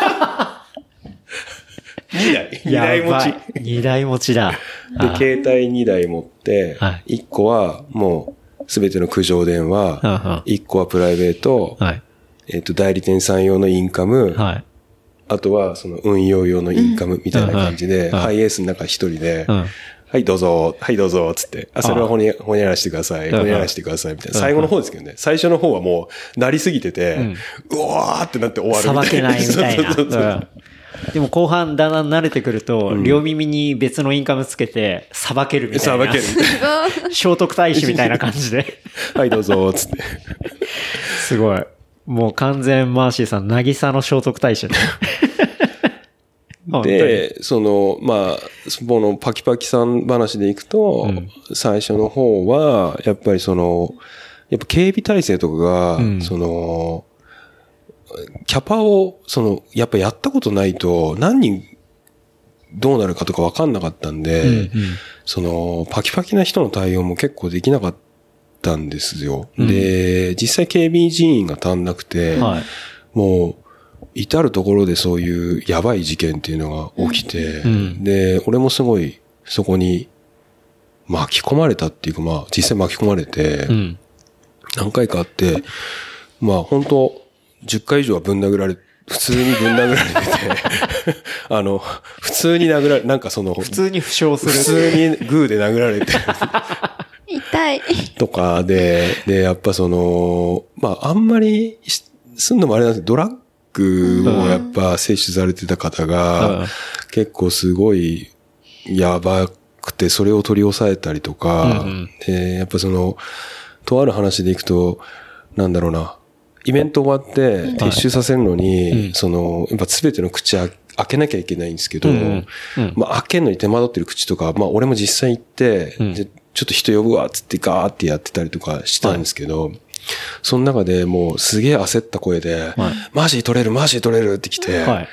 にだい。にだい持ち。 にだい持ちだ。 で、携帯にだい持って、はい、いっこはもう、すべての苦情電話、いっこはプライベート、はい、えっと、代理店さん用のインカム、はい、あとはその運用用のインカムみたいな感じで、うん、ハイエースの中一人で、うんはい、どうぞ、はい、どうぞ、つって。あ、それはほにゃ、ほにゃらしてください。ほにゃらしてください、みたいな。最後の方ですけどね。最初の方はもう、なりすぎてて、うん、うわーってなって終わるみたいな。 さばけないみたいな。そうそうそうそううん、でも後半だんだん慣れてくると、うん、両耳に別のインカムつけて、さばけるみたいな。 さばけるみたいな。聖徳太子みたいな感じで。 はい、どうぞ、つって。 すごい。もう完全マーシーさん、なぎさの聖徳太子ね。 で、その、まあ、このパキパキさん話でいくと、うん、最初の方は、やっぱりその、やっぱ警備体制とかが、うん、その、キャパを、その、やっぱやったことないと、何人どうなるかとか分かんなかったんで、うんうん、その、パキパキな人の対応も結構できなかったんですよ。うん、で、実際警備人員が足んなくて、はい、もう、至るところでそういうやばい事件っていうのが起きて、うん、で、俺もすごいそこに巻き込まれたっていうか、まあ実際巻き込まれて、うん、何回かあって、まあ本当じゅっかい以上はぶん殴られ、普通にぶん殴られてて、あの、普通に殴られ、なんかその、 普通に負傷する。 普通にグーで殴られて、 痛い。 とかで、で、やっぱその、まああんまりすんのもあれなんですけど、ドラッグをやっぱ摂取されてた方が結構すごいやばくてそれを取り押さえたりとか、でやっぱそのとある話でいくとなんだろうなイベント終わって撤収させるのにそのやっぱ全ての口開けなきゃいけないんですけど、まあ開けるのに手間取ってる口とかまあ俺も実際行ってちょっと人呼ぶわっつってガーってやってたりとかしたんですけど。その中でもうすげえ焦った声で、はい、マジ取れるマジ取れるって来て、はい、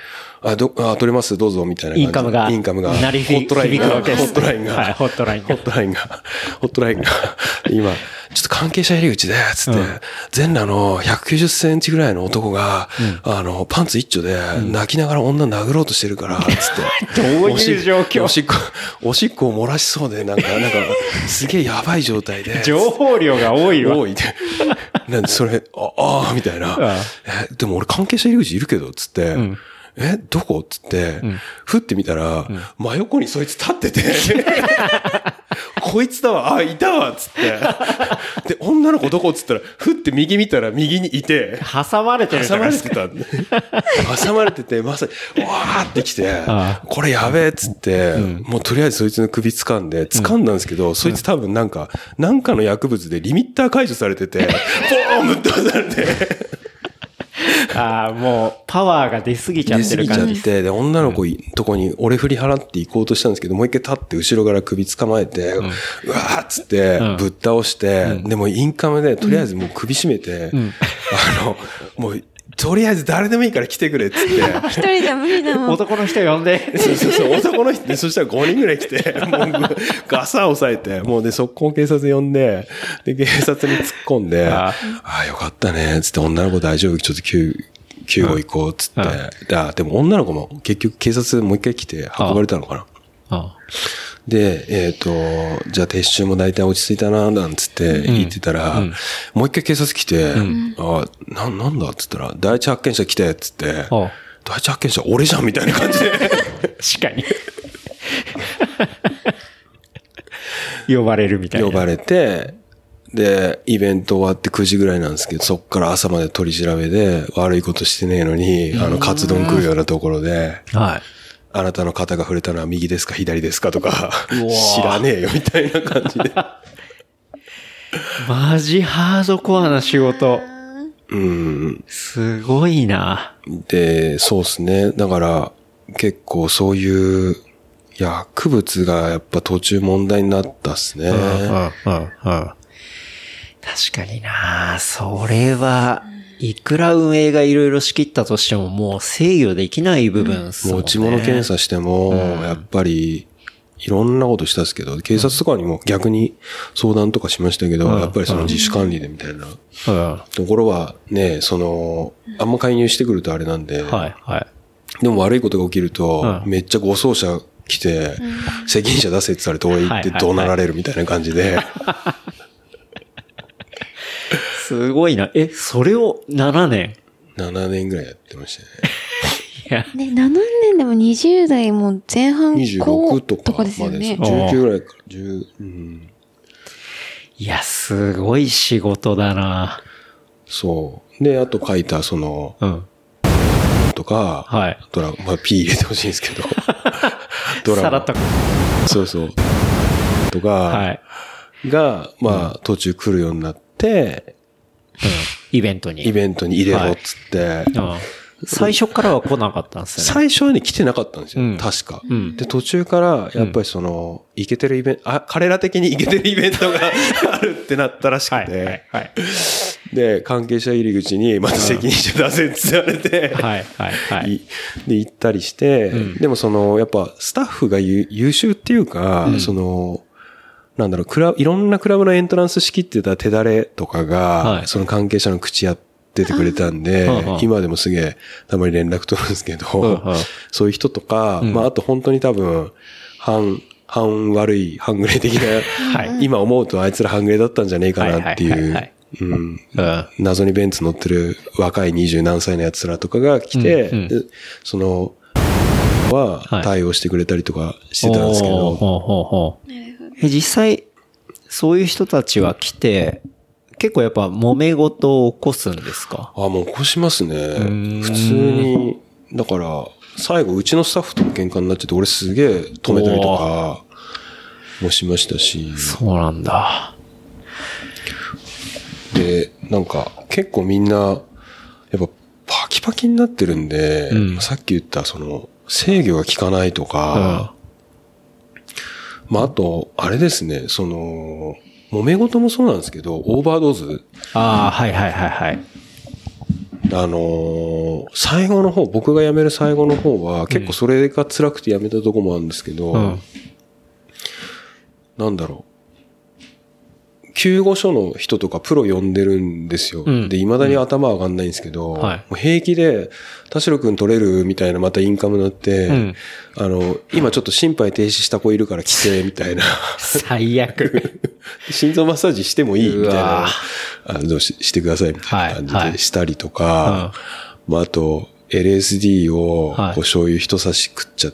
あ、ど、あ、取れます、どうぞ、みたいな感じ。 インカムが。 インカムが。 鳴り響くわけです。 ホットラインが。 はい、ホットラインが。 ホットラインが。ホットラインが。今、ちょっと関係者入り口で、つって、うん、全裸のひゃくきゅうじゅっセンチぐらいの男が、うん、あの、パンツ一丁で、泣きながら女殴ろうとしてるから、つって。 どういう状況？ おしっこ、おしっこを漏らしそうで、なんか、なんか、すげえやばい状態で。 情報量が多いわ。 多いで。なんで、それ、あ、あーみたいな。え、でも俺関係者入り口いるけど、つって。うんえ、どこつって、うん、ふってみたら、うん、真横にそいつ立ってて、こいつだわ、あ、いたわつって。で、女の子どこつったら、ふって右見たら右にいて、 挟まれてるじゃないですか。 挟まれてた。挟まれてて、まさに、わーって来て、ああこれやべえっつって、うん、もうとりあえずそいつの首掴んで、掴んだんですけど、うん、そいつ多分なんか、なんかの薬物でリミッター解除されてて、ポーンぶっ飛ばされて、 ああ、もう、パワーが出すぎちゃってる感じ。 出すぎちゃって、で、女の子、うん、とこに俺振り払って行こうとしたんですけど、もう一回立って後ろから首捕まえて、うん、うわーっつって、ぶっ倒して、うん、でもインカムで、とりあえずもう首絞めて、うん、あの、もう、とりあえず誰でもいいから来てくれっつって。 一人じゃ無理だもん。 男の人呼んで。 そうそうそう、男の人で、そしたらごにんぐらい来て、もうガサ押さえて、もうで、速攻警察呼んで、で、警察に突っ込んで、ああ、よかったね、つって女の子大丈夫、ちょっと救、救護行こう、つって。だでも女の子も結局警察もう一回来て運ばれたのかな。ああで、えっ、ー、と、じゃあ撤収も大体落ち着いたな、なんつって言ってたら、うんうん、もう一回警察来て、うん、あな、なんだっつったら、第一発見者来て、つって、第一発見者俺じゃんみたいな感じで。 確かに。呼ばれるみたいな。 呼ばれて、で、イベント終わってくじぐらいなんですけど、そっから朝まで取り調べで、悪いことしてねえのに、あの、カツ丼食うようなところで、はい。あなたの肩が触れたのは右ですか左ですかとか、知らねえよみたいな感じで。 マジハードコアな仕事。 うん。 すごいな。 で、そうですね。だから、結構そういう薬物がやっぱ途中問題になったっすね。うんうんうんうん、 確かにな。それは、いくら運営がいろいろ仕切ったとしてももう制御できない部分っすもんね。持ち物検査しても、やっぱり、いろんなことしたんですけど、警察とかにも逆に相談とかしましたけど、うん、やっぱりその自主管理でみたいな、うん、ところはね、その、あんま介入してくるとあれなんで、はいはい、でも悪いことが起きると、うん、めっちゃ護送車来て、うん、責任者出せって言われて、俺行って怒鳴られるみたいな感じで、 すごいな。え、それをななねん ?なな 年ぐらいやってましたね。 いや。ね、ななねんでもにじゅう代も前半にじゅうろくとか、 とかですよね。 じゅうきゅうぐらいから、じゅう、うん。 いや、すごい仕事だな。 そう。で、あと書いた、その、うん。とか、はい。ドラ、まあ、P 入れてほしいんですけど。 ドラマ。さらっと。 そうそう。とか、はい。が、まあ、途中来るようになって、 うん、イベントに。 イベントに入れろっつって。はいうん、 最初からは来なかったんですよね。 最初はね、来てなかったんですよ。うん、確か、うん。で、途中から、やっぱりその、イケてるイベント、あ、彼ら的にイケてるイベントがあるってなったらしくて。はいはいはい、で、関係者入り口に、また責任者出せって言われて、はいはいはい。で、行ったりして、うん、でもその、やっぱスタッフが優秀っていうか、うん、その、なんだろう、クラブ、いろんなクラブのエントランス式って言ったら手だれとかが、はい、その関係者の口やっててくれたんで、今でもすげえ、たまに連絡取るんですけど、そういう人とか、うん、まああと本当に多分、半、半悪い、半グレ的な、はい、今思うとあいつら半グレだったんじゃねえかなっていう、謎にベンツ乗ってる若い二十何歳のやつらとかが来て、うんうん、その、は対応してくれたりとかしてたんですけど、はいえ、実際、そういう人たちは来て、結構やっぱ揉め事を起こすんですか？ あ、もう起こしますね。普通に、だから、最後うちのスタッフとも喧嘩になっちゃって、俺すげえ止めたりとかもしましたし。 そうなんだ。 で、なんか結構みんな、やっぱパキパキになってるんで、うん、さっき言ったその制御が効かないとか、うんまあ、あと、あれですね、その、揉め事もそうなんですけど、オーバードーズ。 ああ、はいはいはいはい。 あのー、最後の方、僕が辞める最後の方は、結構それが辛くて辞めたとこもあるんですけど、うん、なんだろう。救護所の人とかプロ呼んでるんですよ。うん、で、未だに頭上がんないんですけど、うんはい、もう平気で、田代くん取れるみたいなまたインカムになって、うん、あの、今ちょっと心肺停止した子いるから来て、みたいな。 最悪。 心臓マッサージしてもいいみたいな。あのし、してくださいみたいな感じでしたりとか、はいはい、まあ、あと、エルエスディー を、こう醤油一差し食っちゃって、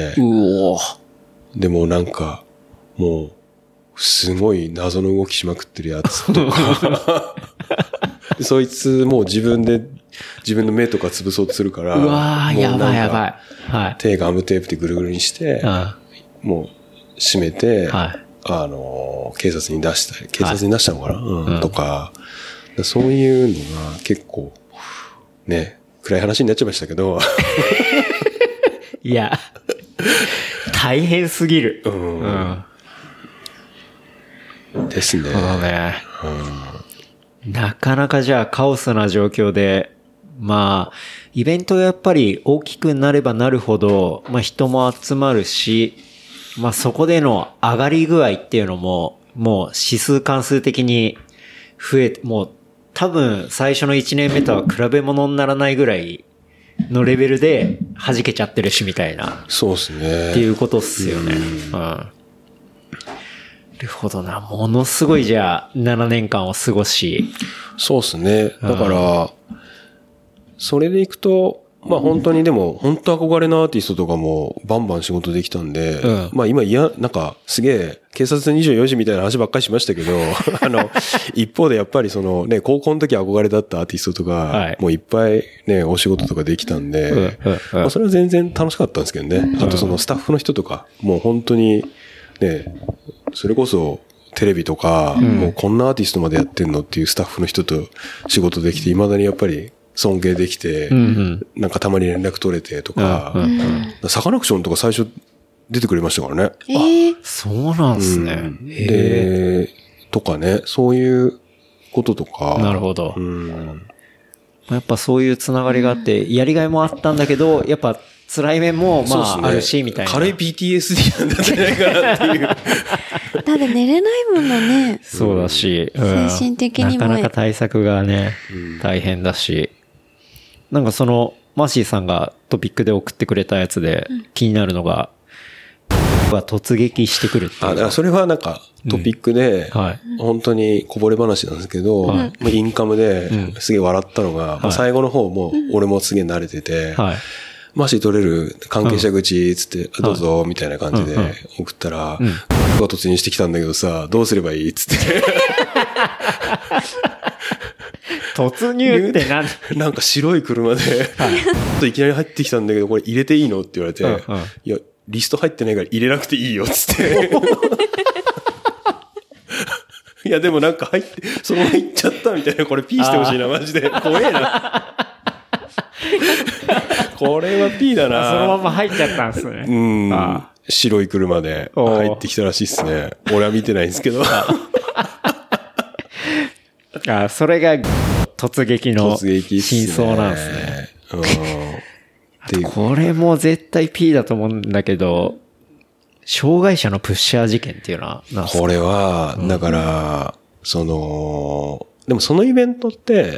はい、うおでもなんか、もう、すごい謎の動きしまくってるやつとかそいつもう自分で自分の目とか潰そうとするから、 うわーやばいやばい。はい。 手ガムテープでぐるぐるにして、もう締めて、はい、あの警察に出したり、警察に出したのかな、はいうん、とか、そういうのが結構ね暗い話になっちゃいましたけど、 いや大変すぎる。うん。うんですね。 そうね、うん。なかなかじゃあカオスな状況で、まあ、イベントがやっぱり大きくなればなるほど、まあ人も集まるし、まあそこでの上がり具合っていうのも、もう指数関数的に増えて、もう多分最初のいちねんめとは比べ物にならないぐらいのレベルで弾けちゃってるしみたいな。 そうですね。 っていうことっすよね。うん。うんなるほどな。ものすごいじゃあ、ななねんかんを過ごし。 そうですね。だから、それでいくと、まあ本当にでも、本当憧れのアーティストとかもバンバン仕事できたんで、うん、まあ今いや、なんかすげえ、警察にじゅうよじみたいな話ばっかりしましたけど、あの、一方でやっぱりそのね、高校の時憧れだったアーティストとか、はい、もういっぱいね、お仕事とかできたんで、うんうんうんまあ、それは全然楽しかったんですけどね。あとそのスタッフの人とか、もう本当に、ね、それこそテレビとか、うん、もうこんなアーティストまでやってんのっていうスタッフの人と仕事できて、未だにやっぱり尊敬できて、うんうん、なんかたまに連絡取れてとか、うんうんうん、サカナクションとか最初出てくれましたからね。 えー、あ、そうなんですね、うん。 で、とかね、そういうこととか。 なるほど。うん、やっぱそういうつながりがあって、やりがいもあったんだけど、やっぱ辛い面も、まあ、あるし、みたいな。 軽い ピーティーエスディー なんじゃないかなっていう。 だって寝れないもんだね。 そうだし、 うん、精神的にも。 なかなか対策がね、うん、大変だし。なんかその、マーシーさんがトピックで送ってくれたやつで、気になるのが、が突撃してくるっていう。 あ、だからそれはなんかトピックで、うんはい、本当にこぼれ話なんですけど、はい、インカムですげえ笑ったのが、はい、最後の方も俺もすげえ慣れてて、はいマーシー取れる関係者口つって、うん、どうぞみたいな感じで送ったら、うん、が突入してきたんだけどさ、どうすればいいつって。 突入って何なんか白い車で、はい、いきなり入ってきたんだけど、これ入れていいのって言われて、うんうん、いや、リスト入ってないから入れなくていいよつって。いや、でもなんか入って、そのまま行っちゃったみたいな、これ P してほしいな、マジで。怖えな。これは P だな。 そのまま入っちゃったんですね。 うん。ああ白い車で入ってきたらしいっすね。俺は見てないんですけど。 あそれが突撃の真相なんですね。うん、でこれも絶対 P だと思うんだけど、障害者のプッシャー事件っていうのは何ですか？ これは、だから、うん、その、でもそのイベントって、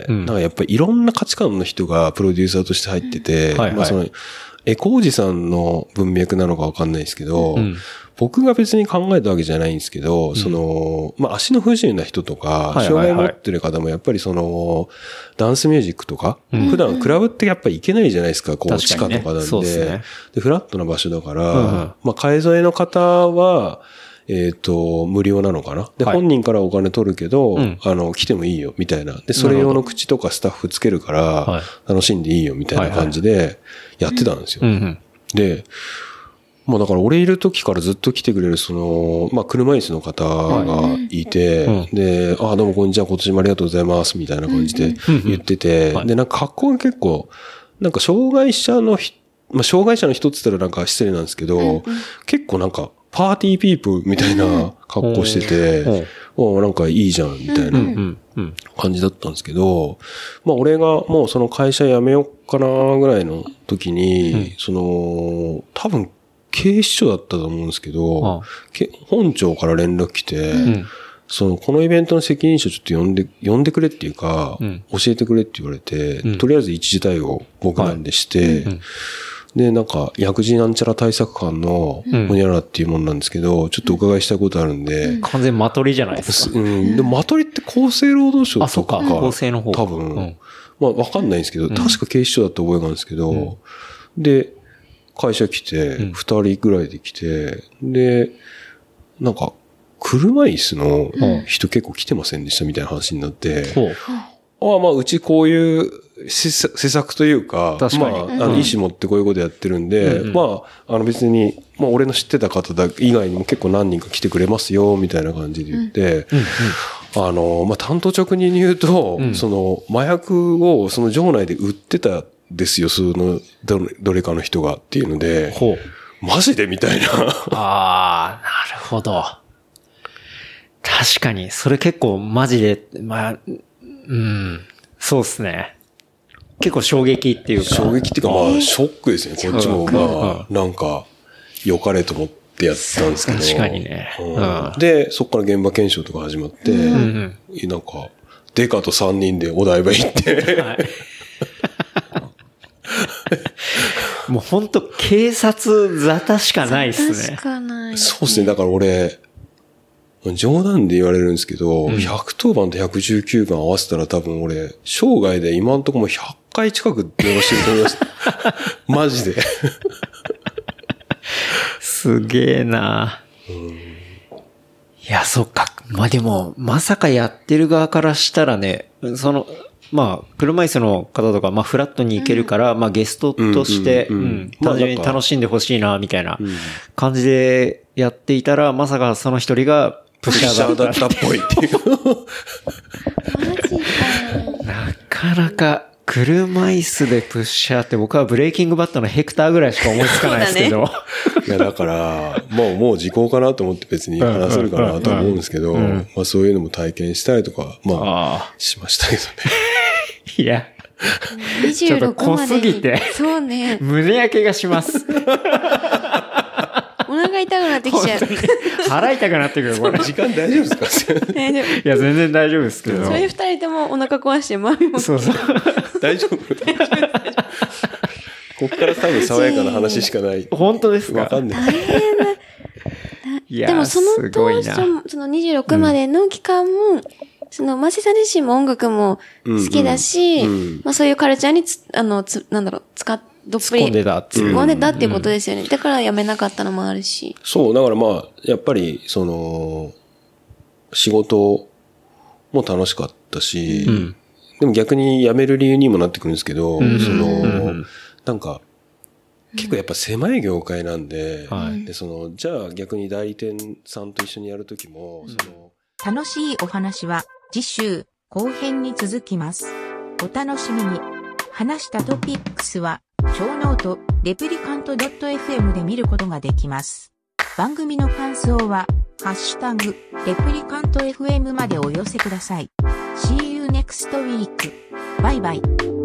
なんかやっぱりいろんな価値観の人がプロデューサーとして入ってて、うんはいはい、まあその、エコージさんの文脈なのかわかんないですけど、うん、僕が別に考えたわけじゃないんですけど、うん、その、まあ足の不自由な人とか、障害を持ってる方もやっぱりその、ダンスミュージックとか、うん、普段クラブってやっぱり行けないじゃないですか、こう地下とかなんで。そうですね。で、フラットな場所だから、うん、まあ替え添えの方は、えっと、無料なのかなで、はい、本人からお金取るけど、うん、あの、来てもいいよ、みたいな。で、それ用の口とかスタッフつけるから、楽しんでいいよ、みたいな感じで、やってたんですよ。はいはいうん、で、まあだから俺いる時からずっと来てくれる、その、まあ車椅子の方がいて、はい、で、ああ、どうもこんにちは、今年もありがとうございます、みたいな感じで言ってて、うん、で、なんか格好が結構、なんか障害者の人、まあ障害者の人って言ったらなんか失礼なんですけど、うん、結構なんか、パーティーピープルみたいな格好してて、 あなんかいいじゃん、みたいな感じだったんですけど、まあ俺がもうその会社辞めようかなぐらいの時に、うん、その、多分警視庁だったと思うんですけど、ああ本庁から連絡来て、うん、その、このイベントの責任者ちょっと呼んで、呼んでくれっていうか、うん、教えてくれって言われて、うん、とりあえず一時対応僕なんでして、はいうんで、なんか、薬事なんちゃら対策官の、ほにゃららっていうもんなんですけど、うん、ちょっとお伺いしたことあるんで。 うん、完全マトリじゃないですか。 うん。でもマトリって厚生労働省とか。あ、そうか。 厚生の方。 多分。うん、まあ、わかんないんですけど、うん、確か警視庁だった覚えがあるんですけど、うん、で、会社来て、二人ぐらいで来て、で、なんか、車椅子の人結構来てませんでしたみたいな話になって、うん、ああ、まあ、うちこういう施策というか、確かにまあ、あの、意思持ってこういうことやってるんで、うんうん、まあ、あの別に、まあ、俺の知ってた方だ以外にも結構何人か来てくれますよ、みたいな感じで言って、うんうんうん、あの、まあ、単刀直入に言うと、うん、その、麻薬をその場内で売ってたんですよ、その、どれかの人がっていうので、ほうマジでみたいな。 ああ、なるほど。確かに、それ結構マジで、まあ、うん、そうですね。結構衝撃っていうか。 衝撃っていうかまあ、ショックですね。こっちもまあ、なんか、良かれと思ってやったんですけど。 確かにね。 うん、で、そこから現場検証とか始まって、うんうん、なんか、デカとさんにんでお台場行って、はい、 もう本当警察沙汰しかないっすね。 しかない、ね。 そうですね。だから俺、冗談で言われるんですけど、うん、ひゃくとおばんとひゃくじゅうきゅうばん合わせたら多分俺、生涯で今んとこもひゃっかい近く電話してると思います。マジで。 すげえな、うん、いや、そっか。まあ、でも、まさかやってる側からしたらね、その、まあ、車椅子の方とか、まあ、フラットに行けるから、うん、まあ、ゲストとして、うん、うんうん、単純に楽しんでほしいな、みたいな感じでやっていたら、まさかその一人が、プッシャーだったっぽいっていう。 マジか。 なかなか、車椅子でプッシャーって僕はブレイキングバットのヘクターぐらいしか思いつかないですけど。ね、 いや、だから、もう、もう時効かなと思って別に話せるかなと思うんですけど、うんうんうん、まあそういうのも体験したりとか、まあ、あしましたけどね。 いや。ちょっと濃すぎて。 そうね。 胸焼けがします。 お腹痛くなってきちゃう。 腹痛くなってくる、これ。 時間大丈夫ですか？ 大丈夫。 いや、全然大丈夫ですけど。 それで二人ともお腹壊して、マミも。 そうそう。 大丈夫大丈夫こっから多分爽やかな話しかない。 本当ですか？ わかんない。 大変だ。いや、でもその当初、そのにじゅうろくまでの期間も、うん、その、マシさん自身も音楽も好きだし、うんうん、まあそういうカルチャーにつ、あの、つ、なんだろう、使って、どっぷり。 突っ込んでたっていう。 突っ込んでたっていうことですよね。うん、だから辞めなかったのもあるし。 そう、だからまあ、やっぱり、その、仕事も楽しかったし、うん、でも逆に辞める理由にもなってくるんですけど、うん、その、うん、なんか、結構やっぱ狭い業界なんで、うん、で、その、じゃあ逆に代理店さんと一緒にやるときも、うん、その、 楽しいお話は次週後編に続きます。お楽しみに。話したトピックスは、ショーノート、レプリカント .fm で見ることができます。番組の感想は、ハッシュタグ、レプリカント エフエム までお寄せください。See you next week. バイバイ。